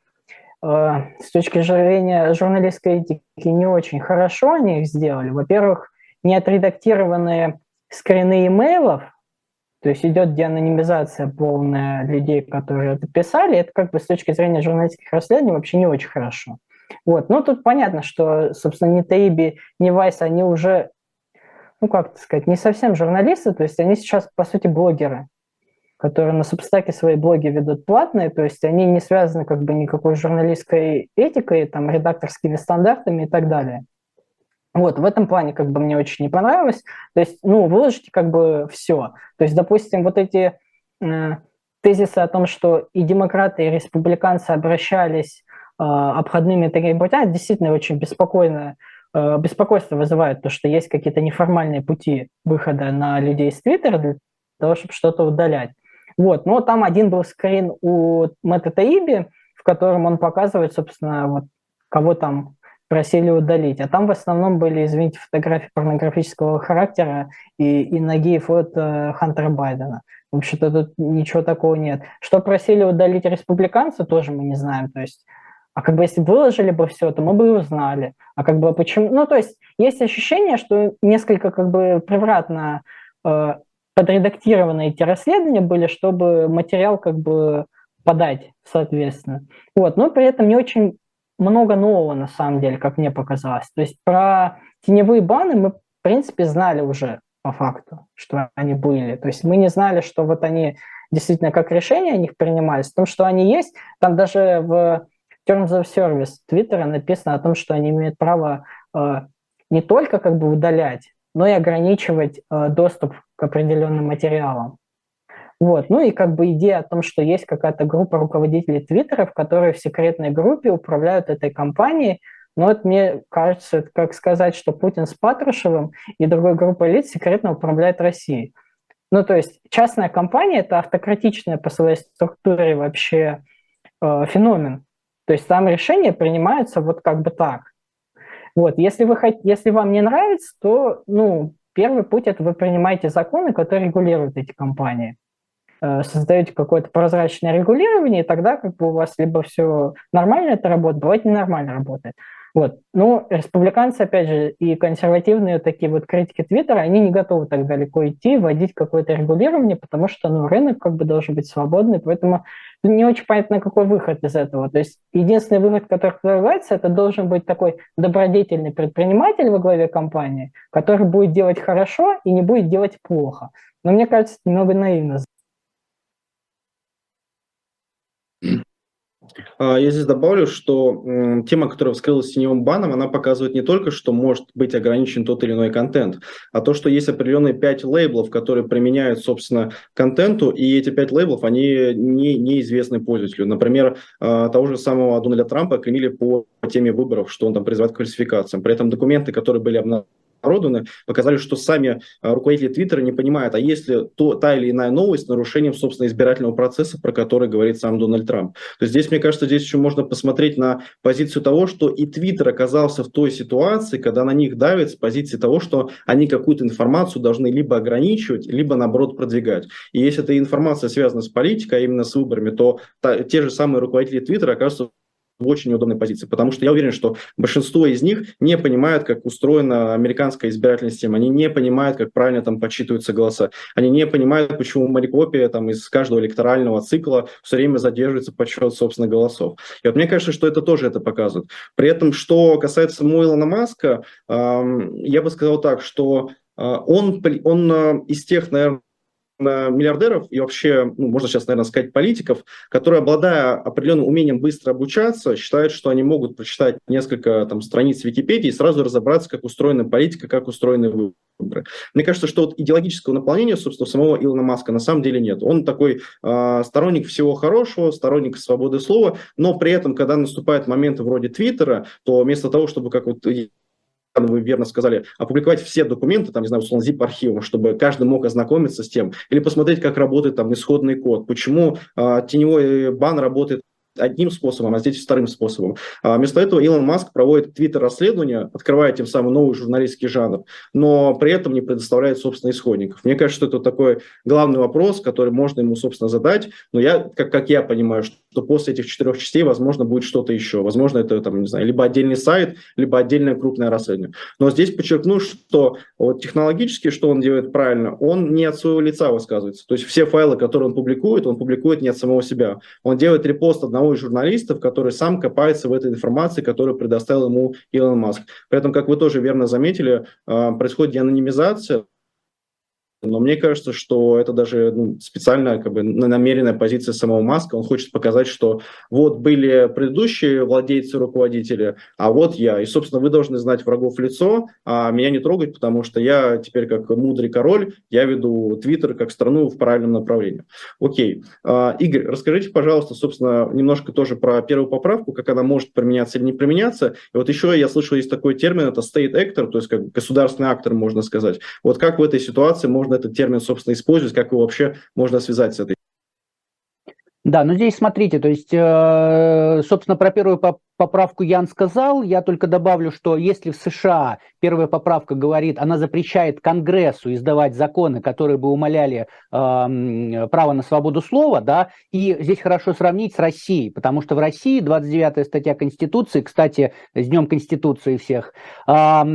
э, с точки зрения журналистской этики, не очень хорошо они их сделали. Во-первых, не отредактированные скрины имейлов, то есть идет деанонимизация полная людей, которые это писали, это как бы с точки зрения журналистских расследований вообще не очень хорошо. Вот. Ну, тут понятно, что, собственно, ни Таиби, ни Вайс, они уже, ну, как сказать, не совсем журналисты, то есть они сейчас, по сути, блогеры, которые на Субстаке свои блоги ведут платные, то есть они не связаны как бы никакой журналистской этикой, там, редакторскими стандартами и так далее. Вот, в этом плане как бы мне очень не понравилось. То есть, ну, выложите как бы все. То есть, допустим, вот эти э, тезисы о том, что и демократы, и республиканцы обращались э, обходными такими путями, действительно очень беспокойно, э, беспокойство вызывает то, что есть какие-то неформальные пути выхода на людей из Твиттера для того, чтобы что-то удалять. Вот, но там один был скрин у Мэтта Таиби, в котором он показывает, собственно, вот кого там просили удалить. А там в основном были, извините, фотографии порнографического характера и, и ноги и фото Хантера Байдена. В общем-то, тут ничего такого нет. Что просили удалить республиканцы, тоже мы не знаем. То есть, а как бы если выложили бы все, то мы бы и узнали. А как бы почему... Ну, то есть, есть ощущение, что несколько как бы превратно э, подредактированы эти расследования были, чтобы материал как бы подать, соответственно. Вот. Но при этом не очень много нового, на самом деле, как мне показалось. То есть про теневые баны мы, в принципе, знали уже по факту, что они были. То есть мы не знали, что вот они действительно как решения о них принимались. В том, что они есть, там даже в Terms of Service Твиттера написано о том, что они имеют право э, не только как бы удалять, но и ограничивать э, доступ к определенным материалам. Вот. Ну и как бы идея о том, что есть какая-то группа руководителей Твиттера, которые в секретной группе управляют этой компанией, но это, мне кажется, это как сказать, что Путин с Патрушевым и другой группой лиц секретно управляет Россией. Ну то есть частная компания – это автократичная по своей структуре вообще э, феномен. То есть там решения принимаются вот как бы так. Вот. Если, вы хот... Если вам не нравится, то ну, первый путь – это вы принимаете законы, которые регулируют эти компании. Создаете какое-то прозрачное регулирование, и тогда как бы у вас либо все нормально это работает, бывает ненормально работает. Вот. Но республиканцы, опять же, и консервативные такие вот критики Твиттера, они не готовы так далеко идти, вводить какое-то регулирование, потому что ну, рынок как бы должен быть свободный, поэтому не очень понятно, какой выход из этого. То есть единственный выход, который предлагается, это должен быть такой добродетельный предприниматель во главе компании, который будет делать хорошо и не будет делать плохо. Но мне кажется, это немного наивно. Я здесь добавлю, что м, тема, которая вскрылась теневым баном, она показывает не только, что может быть ограничен тот или иной контент, а то, что есть определенные пять лейблов, которые применяют, собственно, контенту, и эти пять лейблов, они не, неизвестны пользователю. Например, э, того же самого Дональда Трампа окремили по теме выборов, что он там призывает к фальсификациям. При этом документы, которые были обнародованы, показали, что сами руководители Твиттера не понимают, а есть ли то, та или иная новость с нарушением, собственно, избирательного процесса, про который говорит сам Дональд Трамп. То есть здесь, мне кажется, здесь еще можно посмотреть на позицию того, что и Твиттер оказался в той ситуации, когда на них давят с позиции того, что они какую-то информацию должны либо ограничивать, либо, наоборот, продвигать. И если эта информация связана с политикой, а именно с выборами, то та, те же самые руководители Твиттера оказываются в очень неудобной позиции, потому что я уверен, что большинство из них не понимают, как устроена американская избирательная система, они не понимают, как правильно там подсчитываются голоса, они не понимают, почему Марикопия там из каждого электорального цикла все время задерживается подсчет, собственно, голосов. И вот мне кажется, что это тоже это показывает. При этом, что касается самого Илона Маска, э, я бы сказал так, что э, он, он э, из тех, наверное, миллиардеров и вообще, ну, можно сейчас, наверное, сказать, политиков, которые, обладая определенным умением быстро обучаться, считают, что они могут прочитать несколько там сторонниц Википедии и сразу разобраться, как устроена политика, как устроены выборы. Мне кажется, что вот идеологического наполнения, собственно, самого Илона Маска на самом деле нет. Он такой э, сторонник всего хорошего, сторонник свободы слова, но при этом, когда наступают моменты вроде Твиттера, то вместо того, чтобы, как вот вы верно сказали, опубликовать все документы, там, не знаю, условно, zip-архивом, чтобы каждый мог ознакомиться с тем, или посмотреть, как работает там исходный код, почему э, теневой бан работает одним способом, а здесь вторым способом. А вместо этого Илон Маск проводит твиттер-расследование, открывая тем самым новый журналистский жанр, но при этом не предоставляет, собственно, исходников. Мне кажется, что это такой главный вопрос, который можно ему, собственно, задать, но я, как, как я понимаю, что после этих четырех частей, возможно, будет что-то еще. Возможно, это, там, не знаю, либо отдельный сайт, либо отдельное крупное расследование. Но здесь подчеркну, что вот технологически, что он делает правильно, он не от своего лица высказывается. То есть все файлы, которые он публикует, он публикует не от самого себя. Он делает репост одного из журналистов, который сам копается в этой информации, которую предоставил ему Илон Маск. При этом, как вы тоже верно заметили, происходит деанонимизация, но мне кажется, что это даже ну, специальная, как бы, намеренная позиция самого Маска. Он хочет показать, что вот были предыдущие владельцы, руководители, а вот я. И, собственно, вы должны знать врагов в лицо, а меня не трогать, потому что я теперь, как мудрый король, я веду Твиттер как страну в правильном направлении. Окей. А, Игорь, расскажите, пожалуйста, собственно, немножко тоже про первую поправку, как она может применяться или не применяться. И вот еще я слышал, есть такой термин, это state actor, то есть как государственный актор, можно сказать. Вот как в этой ситуации можно этот термин, собственно, использовать, как его вообще можно связать с этой? Да, ну здесь смотрите, то есть, собственно, про первую поправку Ян сказал, я только добавлю, что если в США первая поправка говорит, она запрещает Конгрессу издавать законы, которые бы умаляли э, право на свободу слова, да, и здесь хорошо сравнить с Россией, потому что в России двадцать девятая статья Конституции, кстати, с Днем Конституции всех, э,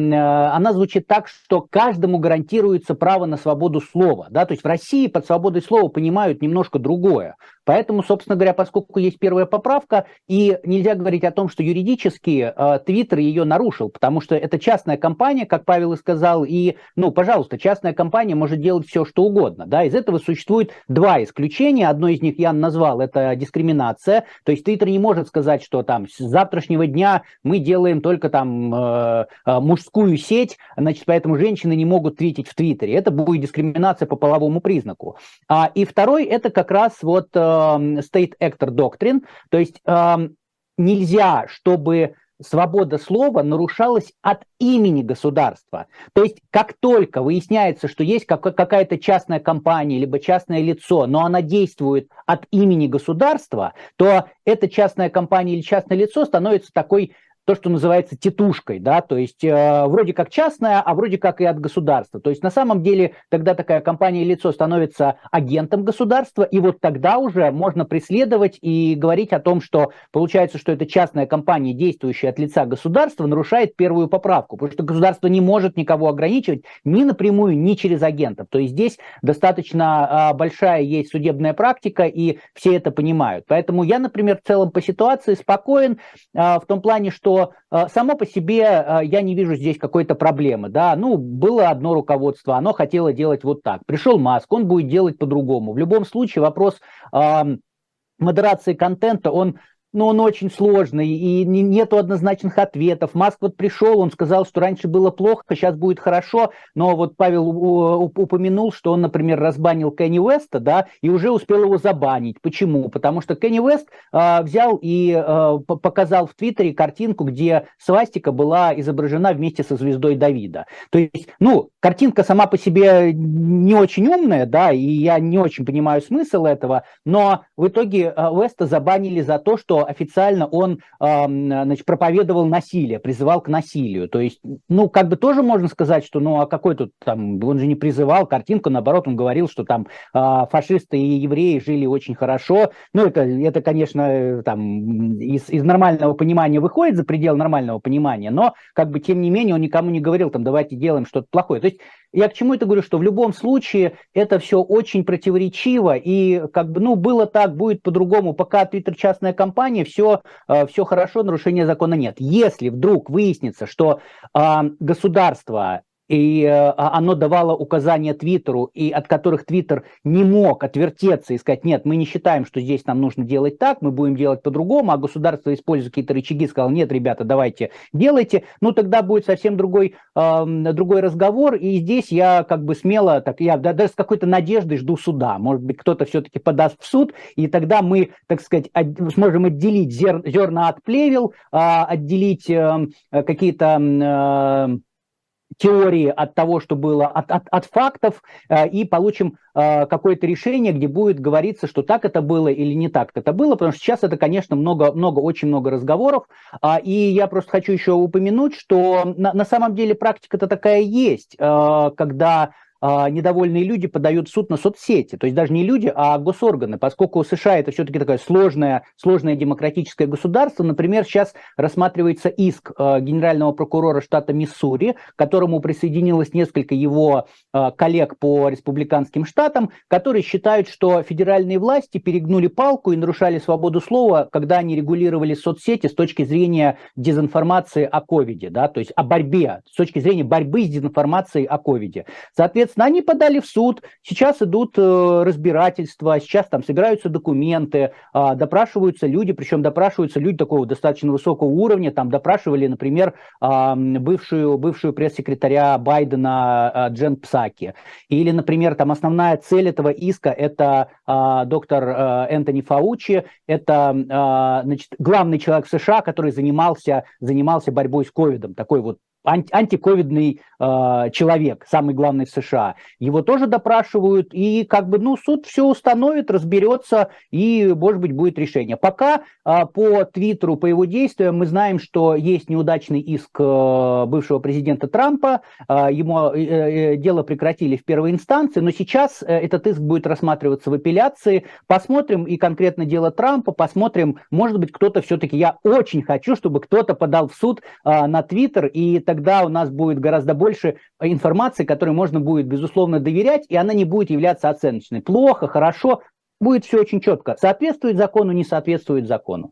она звучит так, что каждому гарантируется право на свободу слова, да, то есть в России под свободой слова понимают немножко другое. Поэтому, собственно говоря, поскольку есть первая поправка, и нельзя говорить о том, что юридически Твиттер э, ее нарушил, потому что это частная компания, как Павел и сказал, и, ну, пожалуйста, частная компания может делать все, что угодно, да, из этого существует два исключения, одно из них Ян назвал, это дискриминация, то есть Твиттер не может сказать, что там с завтрашнего дня мы делаем только там э, э, мужскую сеть, значит, поэтому женщины не могут твитить в Твиттере, это будет дискриминация по половому признаку. А, и второй, это как раз вот э, state actor doctrine, то есть э, нельзя, чтобы свобода слова нарушалась от имени государства. То есть как только выясняется, что есть какая-то частная компания, либо частное лицо, но она действует от имени государства, то эта частная компания или частное лицо становится такой, то, что называется тетушкой, да, то есть э, вроде как частная, а вроде как и от государства. То есть на самом деле тогда такая компания или лицо становится агентом государства, и вот тогда уже можно преследовать и говорить о том, что получается, что эта частная компания, действующая от лица государства, нарушает первую поправку, потому что государство не может никого ограничивать ни напрямую, ни через агентов. То есть здесь достаточно э, большая есть судебная практика, и все это понимают. Поэтому я, например, в целом по ситуации спокоен э, в том плане, что само по себе я не вижу здесь какой-то проблемы, да, ну, было одно руководство, оно хотело делать вот так, пришел Маск, он будет делать по-другому. В любом случае вопрос э, модерации контента, он но он очень сложный, и нету однозначных ответов. Маск вот пришел, он сказал, что раньше было плохо, сейчас будет хорошо, но вот Павел упомянул, что он, например, разбанил Кенни Уэста, да, и уже успел его забанить. Почему? Потому что Кенни Уэст э, взял и э, показал в Твиттере картинку, где свастика была изображена вместе со звездой Давида. То есть, ну, картинка сама по себе не очень умная, да, и я не очень понимаю смысл этого, но в итоге э, Уэста забанили за то, что что официально он значит, проповедовал насилие, призывал к насилию. То есть, ну, как бы тоже можно сказать, что, ну, а какой тут там, он же не призывал картинку, наоборот, он говорил, что там фашисты и евреи жили очень хорошо. Ну, это, это конечно, там, из, из нормального понимания выходит за пределы нормального понимания, но, как бы, тем не менее, он никому не говорил, там, давайте делаем что-то плохое. То есть, я к чему это говорю, что в любом случае это все очень противоречиво, и, как бы, ну, было так, будет по-другому, пока Twitter частная компания, все, все хорошо, нарушения закона нет. Если вдруг выяснится, что э, государство и э, оно давало указания Твиттеру, и от которых Твиттер не мог отвертеться и сказать, нет, мы не считаем, что здесь нам нужно делать так, мы будем делать по-другому, а государство, используя какие-то рычаги, сказало, нет, ребята, давайте делайте, ну тогда будет совсем другой, э, другой разговор, и здесь я как бы смело, так, я даже с какой-то надеждой жду суда, может быть, кто-то все-таки подаст в суд, и тогда мы, так сказать, от, сможем отделить зер, зерна от плевел, э, отделить э, какие-то... Э, теории от того, что было, от, от, от фактов, э, и получим э, какое-то решение, где будет говориться, что так это было или не так это было, потому что сейчас это, конечно, много, много, очень много разговоров, э, и я просто хочу еще упомянуть, что на, на самом деле практика-то такая есть, э, когда недовольные люди подают в суд на соцсети, то есть даже не люди, а госорганы, поскольку США это все-таки такое сложное, сложное демократическое государство. Например, сейчас рассматривается иск генерального прокурора штата Миссури, к которому присоединилось несколько его коллег по республиканским штатам, которые считают, что федеральные власти перегнули палку и нарушали свободу слова, когда они регулировали соцсети с точки зрения дезинформации о ковиде, да, то есть о борьбе, с точки зрения борьбы с дезинформацией о ковиде. Соответственно, они подали в суд, сейчас идут э, разбирательства, сейчас там собираются документы, э, допрашиваются люди, причем допрашиваются люди такого достаточно высокого уровня, там допрашивали, например, э, бывшую, бывшую пресс-секретаря Байдена э, Джен Псаки, или, например, там основная цель этого иска это э, доктор э, Энтони Фаучи, это э, значит, главный человек в США, который занимался, занимался борьбой с ковидом, такой вот анти- антиковидный э, человек, самый главный в США. Его тоже допрашивают, и как бы, ну, суд все установит, разберется, и, может быть, будет решение. Пока э, по Твиттеру, по его действиям, мы знаем, что есть неудачный иск э, бывшего президента Трампа, э, ему э, э, дело прекратили в первой инстанции, но сейчас э, этот иск будет рассматриваться в апелляции. Посмотрим и конкретно дело Трампа, посмотрим, может быть, кто-то все-таки, я очень хочу, чтобы кто-то подал в суд э, на Твиттер, и тогда у нас будет гораздо больше информации, которой можно будет, безусловно, доверять, и она не будет являться оценочной. Плохо, хорошо, будет все очень четко. Соответствует закону, не соответствует закону.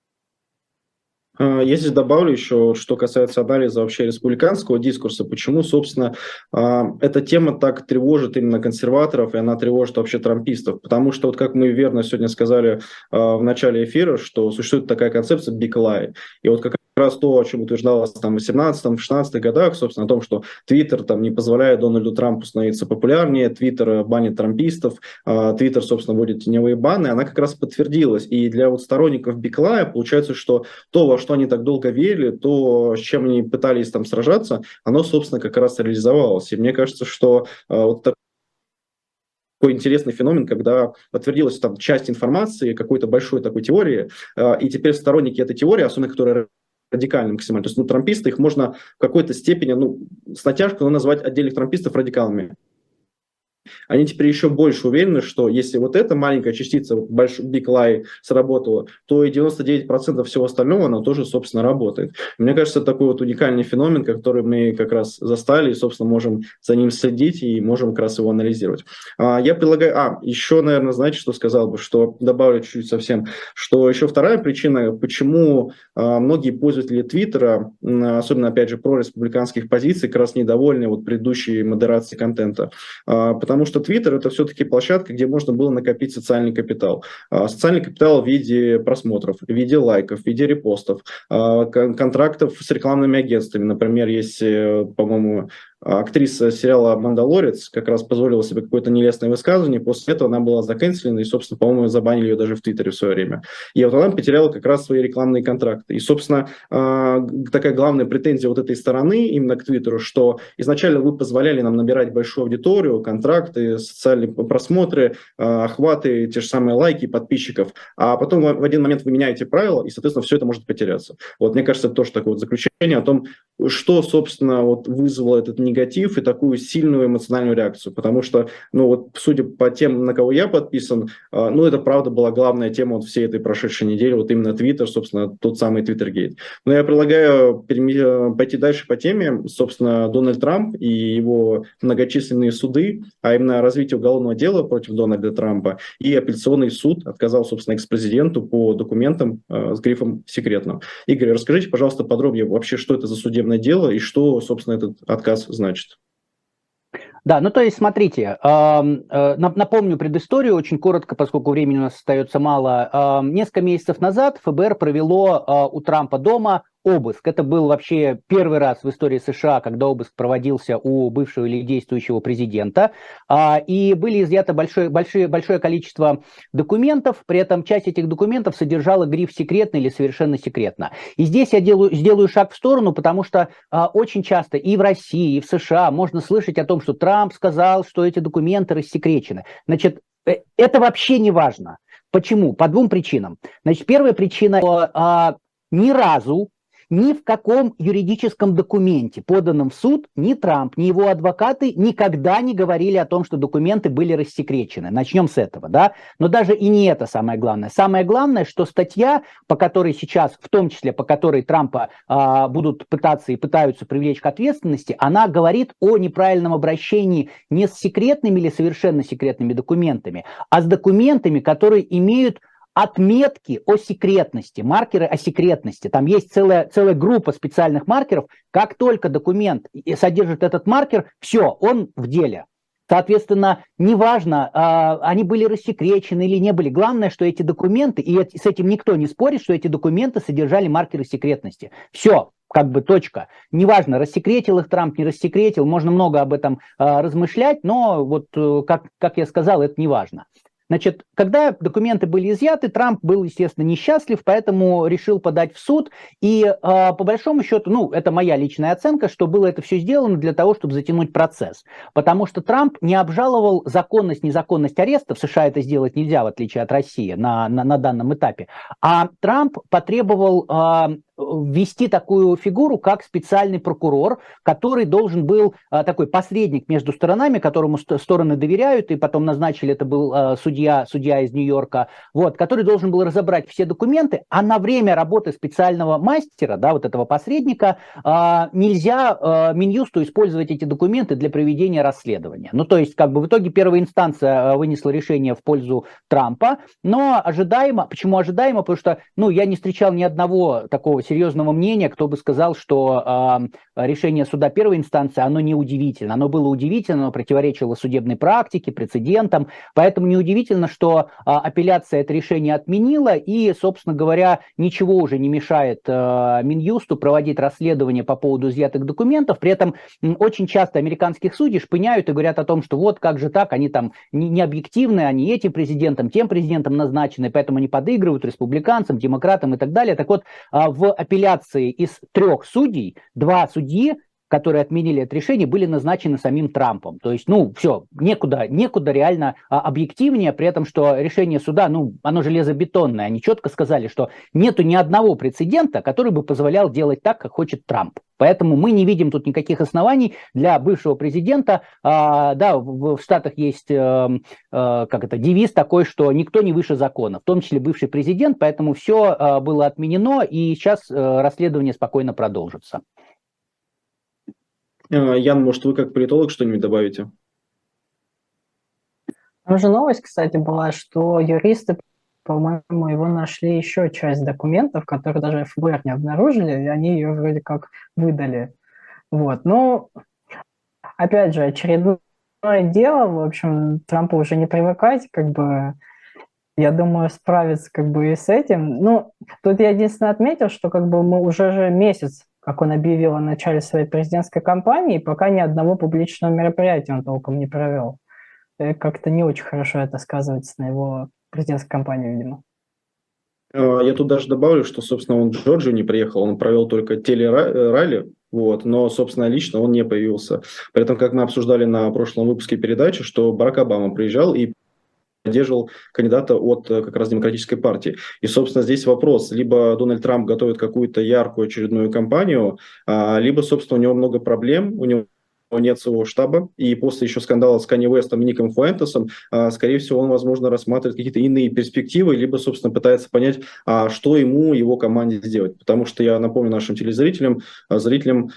Я здесь добавлю еще, что касается анализа вообще республиканского дискурса, почему, собственно, эта тема так тревожит именно консерваторов, и она тревожит вообще трампистов. Потому что, вот как мы верно сегодня сказали в начале эфира, что существует такая концепция big lie. И вот как раз то, о чем утверждалось там, в восемнадцатом-шестнадцатых годах, собственно, о том, что Твиттер там, не позволяет Дональду Трампу становиться популярнее, Твиттер банит трампистов, Твиттер, собственно, вводит теневые баны, она как раз подтвердилась. И для вот сторонников big lie получается, что то, во что они так долго верили, то, с чем они пытались там сражаться, оно, собственно, как раз реализовалось. И мне кажется, что э, вот так такой интересный феномен, когда подтвердилась там часть информации, какой-то большой такой теории, э, и теперь сторонники этой теории, особенно которые радикальным максимально, то есть ну, трамписты, их можно в какой-то степени, ну, с натяжкой, но назвать отдельных трампистов радикалами. Они теперь еще больше уверены, что если вот эта маленькая частица, большой big lie сработала, то и девяносто девять процентов всего остального, она тоже, собственно, работает. Мне кажется, это такой вот уникальный феномен, который мы как раз застали, и, собственно, можем за ним следить и можем как раз его анализировать. Я предлагаю... А, еще, наверное, знаете, что сказал бы, что добавлю чуть-чуть совсем, что еще вторая причина, почему многие пользователи Твиттера, особенно, опять же, прореспубликанских позиций, как раз недовольны вот предыдущей модерацией контента. Потому что Твиттер – это все-таки площадка, где можно было накопить социальный капитал. Социальный капитал в виде просмотров, в виде лайков, в виде репостов, контрактов с рекламными агентствами. Например, есть, по-моему, актриса сериала «Мандалорец» как раз позволила себе какое-то нелестное высказывание, после этого она была заканцелена, и, собственно, по-моему, забанили ее даже в Твиттере в свое время. И вот она потеряла как раз свои рекламные контракты. И, собственно, такая главная претензия вот этой стороны именно к Твиттеру, что изначально вы позволяли нам набирать большую аудиторию, контракты, социальные просмотры, охваты, те же самые лайки подписчиков, а потом в один момент вы меняете правила, и, соответственно, все это может потеряться. Вот мне кажется, это тоже такое вот заключение о том, что, собственно, вот вызвало этот негатив и такую сильную эмоциональную реакцию. Потому что, ну вот, судя по тем, на кого я подписан, ну это правда была главная тема вот всей этой прошедшей недели, вот именно Твиттер, собственно, тот самый Твиттергейт. Но я предлагаю пойти дальше по теме, собственно, Дональд Трамп и его многочисленные суды, а именно развитие уголовного дела против Дональда Трампа, и апелляционный суд отказал, собственно, экс-президенту по документам э, с грифом «секретно». Игорь, расскажите, пожалуйста, подробнее вообще, что это за судебное дело и что, собственно, этот отказ значит. Да, ну то есть смотрите, э, э, напомню предысторию очень коротко, поскольку времени у нас остается мало. Э, несколько месяцев назад ФБР провело э, у Трампа дома обыск. Это был вообще первый раз в истории США, когда обыск проводился у бывшего или действующего президента. А, и были изъято большое, большое, большое количество документов, при этом часть этих документов содержала гриф «секретно» или «совершенно секретно». И здесь я делаю, сделаю шаг в сторону, потому что а, очень часто и в России, и в США можно слышать о том, что Трамп сказал, что эти документы рассекречены. Значит, это вообще не важно. Почему? По двум причинам. Значит, первая причина, что а, ни разу ни в каком юридическом документе, поданном в суд, ни Трамп, ни его адвокаты никогда не говорили о том, что документы были рассекречены. Начнем с этого, да? Но даже и не это самое главное. Самое главное, что статья, по которой сейчас, в том числе по которой Трампа а, будут пытаться и пытаются привлечь к ответственности, она говорит о неправильном обращении не с секретными или совершенно секретными документами, а с документами, которые имеют отметки о секретности, маркеры о секретности. Там есть целая, целая группа специальных маркеров. Как только документ содержит этот маркер, все, он в деле. Соответственно, неважно, они были рассекречены или не были. Главное, что эти документы, и с этим никто не спорит, что эти документы содержали маркеры секретности. Все, как бы точка. Неважно, рассекретил их Трамп, не рассекретил, можно много об этом размышлять, но вот, как, как я сказал, это неважно. Значит, когда документы были изъяты, Трамп был, естественно, несчастлив, поэтому решил подать в суд. И э, по большому счету, ну, это моя личная оценка, что было это все сделано для того, чтобы затянуть процесс. Потому что Трамп не обжаловал законность, незаконность ареста. В США это сделать нельзя, в отличие от России, на, на, на данном этапе. А Трамп потребовал э, ввести такую фигуру, как специальный прокурор, который должен был, э, такой посредник между сторонами, которому ст- стороны доверяют, и потом назначили, это был э, судья Судья, судья из Нью-Йорка, вот, который должен был разобрать все документы, а на время работы специального мастера, да, вот этого посредника, э, нельзя э, Минюсту использовать эти документы для проведения расследования. Ну, то есть, как бы в итоге первая инстанция вынесла решение в пользу Трампа, но ожидаемо, почему ожидаемо? Потому что, ну, я не встречал ни одного такого серьезного мнения, кто бы сказал, что э, решение суда первой инстанции, оно не удивительно. Оно было удивительно, оно противоречило судебной практике, прецедентам, поэтому неудивительно, что а, апелляция это решение отменила, и, собственно говоря, ничего уже не мешает а, Минюсту проводить расследование по поводу изъятых документов. При этом м, очень часто американских судей шпыняют и говорят о том, что вот как же так, они там не, не объективны, они этим президентом, тем президентом назначены, поэтому они подыгрывают республиканцам, демократам и так далее. Так вот, а, в апелляции из трех судей, два судьи, которые отменили это решение, были назначены самим Трампом. То есть, ну, все, некуда, некуда реально а, объективнее, при этом, что решение суда, ну, оно железобетонное. Они четко сказали, что нету ни одного прецедента, который бы позволял делать так, как хочет Трамп. Поэтому мы не видим тут никаких оснований для бывшего президента. А, да, в, в Штатах есть, а, а, как это, девиз такой, что никто не выше закона, в том числе бывший президент, поэтому все а, было отменено, и сейчас а, расследование спокойно продолжится. Ян, может, вы как политолог что-нибудь добавите? Там же новость, кстати, была, что юристы, по-моему, его нашли еще часть документов, которые даже эф бэ эр не обнаружили, и они ее вроде как выдали. Вот, но, опять же, очередное дело, в общем, Трампу уже не привыкать, как бы, я думаю, справиться как бы и с этим. Ну, тут я единственное отметил, что как бы мы уже же месяц как он объявил о начале своей президентской кампании, пока ни одного публичного мероприятия он толком не провел. Как-то не очень хорошо это сказывается на его президентской кампании, видимо. Я тут даже добавлю, что, собственно, он в Джорджию не приехал, он провел только телералли, вот, но, собственно, лично он не появился. При этом, как мы обсуждали на прошлом выпуске передачи, что Барак Обама приезжал и поддерживал кандидата от как раз Демократической партии. И, собственно, здесь вопрос. Либо Дональд Трамп готовит какую-то яркую очередную кампанию, либо, собственно, у него много проблем, у него нет своего штаба, и после еще скандала с Канье Уэстом и Ником Фуэнтесом, скорее всего, он, возможно, рассматривает какие-то иные перспективы, либо, собственно, пытается понять, что ему, его команде сделать. Потому что я напомню нашим телезрителям, зрителям,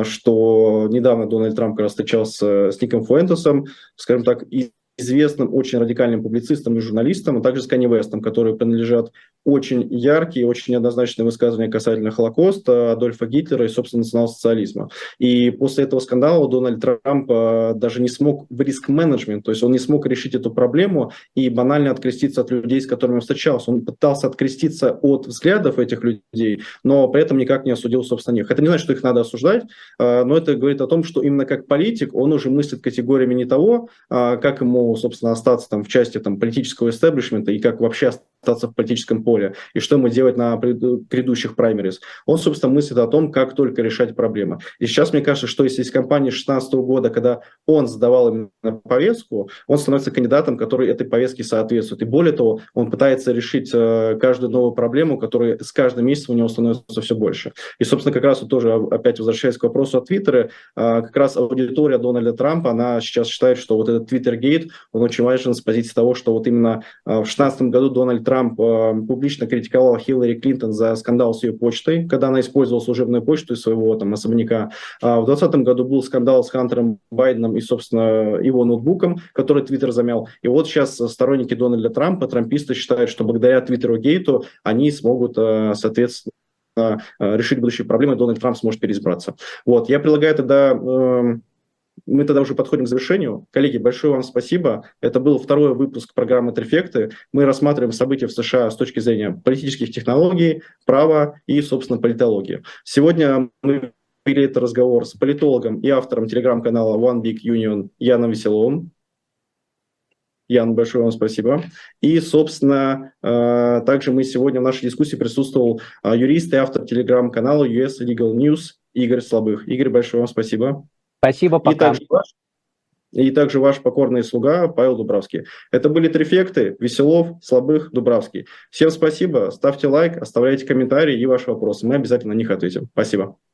что недавно Дональд Трамп как раз встречался с Ником Фуэнтесом, скажем так, и известным очень радикальным публицистом и журналистом, а также с Канье Уэстом, которые принадлежат очень яркие, очень неоднозначные высказывания касательно Холокоста, Адольфа Гитлера и, собственно, национал-социализма. И после этого скандала Дональд Трамп даже не смог в риск-менеджмент, то есть он не смог решить эту проблему и банально откреститься от людей, с которыми он встречался. Он пытался откреститься от взглядов этих людей, но при этом никак не осудил, собственно, них. Это не значит, что их надо осуждать, но это говорит о том, что именно как политик он уже мыслит категориями не того, как ему, собственно, остаться там в части там, политического истеблишмента и как вообще остаться в политическом поле, и что ему делать на грядущих праймерис. Он, собственно, мыслит о том, как только решать проблемы. И сейчас, мне кажется, что если из кампании две тысячи шестнадцатого года, когда он задавал именно повестку, он становится кандидатом, который этой повестке соответствует. И более того, он пытается решить э, каждую новую проблему, которая с каждым месяцем у него становится все больше. И, собственно, как раз вот тоже, опять возвращаясь к вопросу о Твиттере, э, как раз аудитория Дональда Трампа, она сейчас считает, что вот этот Твиттергейт, он очень важен с позиции того, что вот именно э, в две тысячи шестнадцатом году Дональд Трамп э, публично критиковал Хиллари Клинтон за скандал с ее почтой, когда она использовала служебную почту из своего там особняка. А в двадцатом году был скандал с Хантером Байденом и, собственно, его ноутбуком, который Твиттер замял. И вот сейчас сторонники Дональда Трампа, трамписты, считают, что благодаря Твиттеру-гейту они смогут, соответственно, решить будущие проблемы, Дональд Трамп сможет переизбраться. Вот, я предлагаю тогда... Мы тогда уже подходим к завершению. Коллеги, большое вам спасибо. Это был второй выпуск программы «Трефекты». Мы рассматриваем события в США с точки зрения политических технологий, права и, собственно, политологии. Сегодня мы вели этот разговор с политологом и автором телеграм-канала One Big Union Яном Веселовым. Ян, большое вам спасибо. И, собственно, также мы сегодня в нашей дискуссии присутствовал юрист и автор телеграм-канала ю эс Legal News Игорь Слабых. Игорь, большое вам спасибо. Спасибо, пока. И также, ваш, и также ваш покорный слуга Павел Дубравский. Это были Трефекты, Веселов, Слабых, Дубравский. Всем спасибо, ставьте лайк, оставляйте комментарии и ваши вопросы. Мы обязательно на них ответим. Спасибо.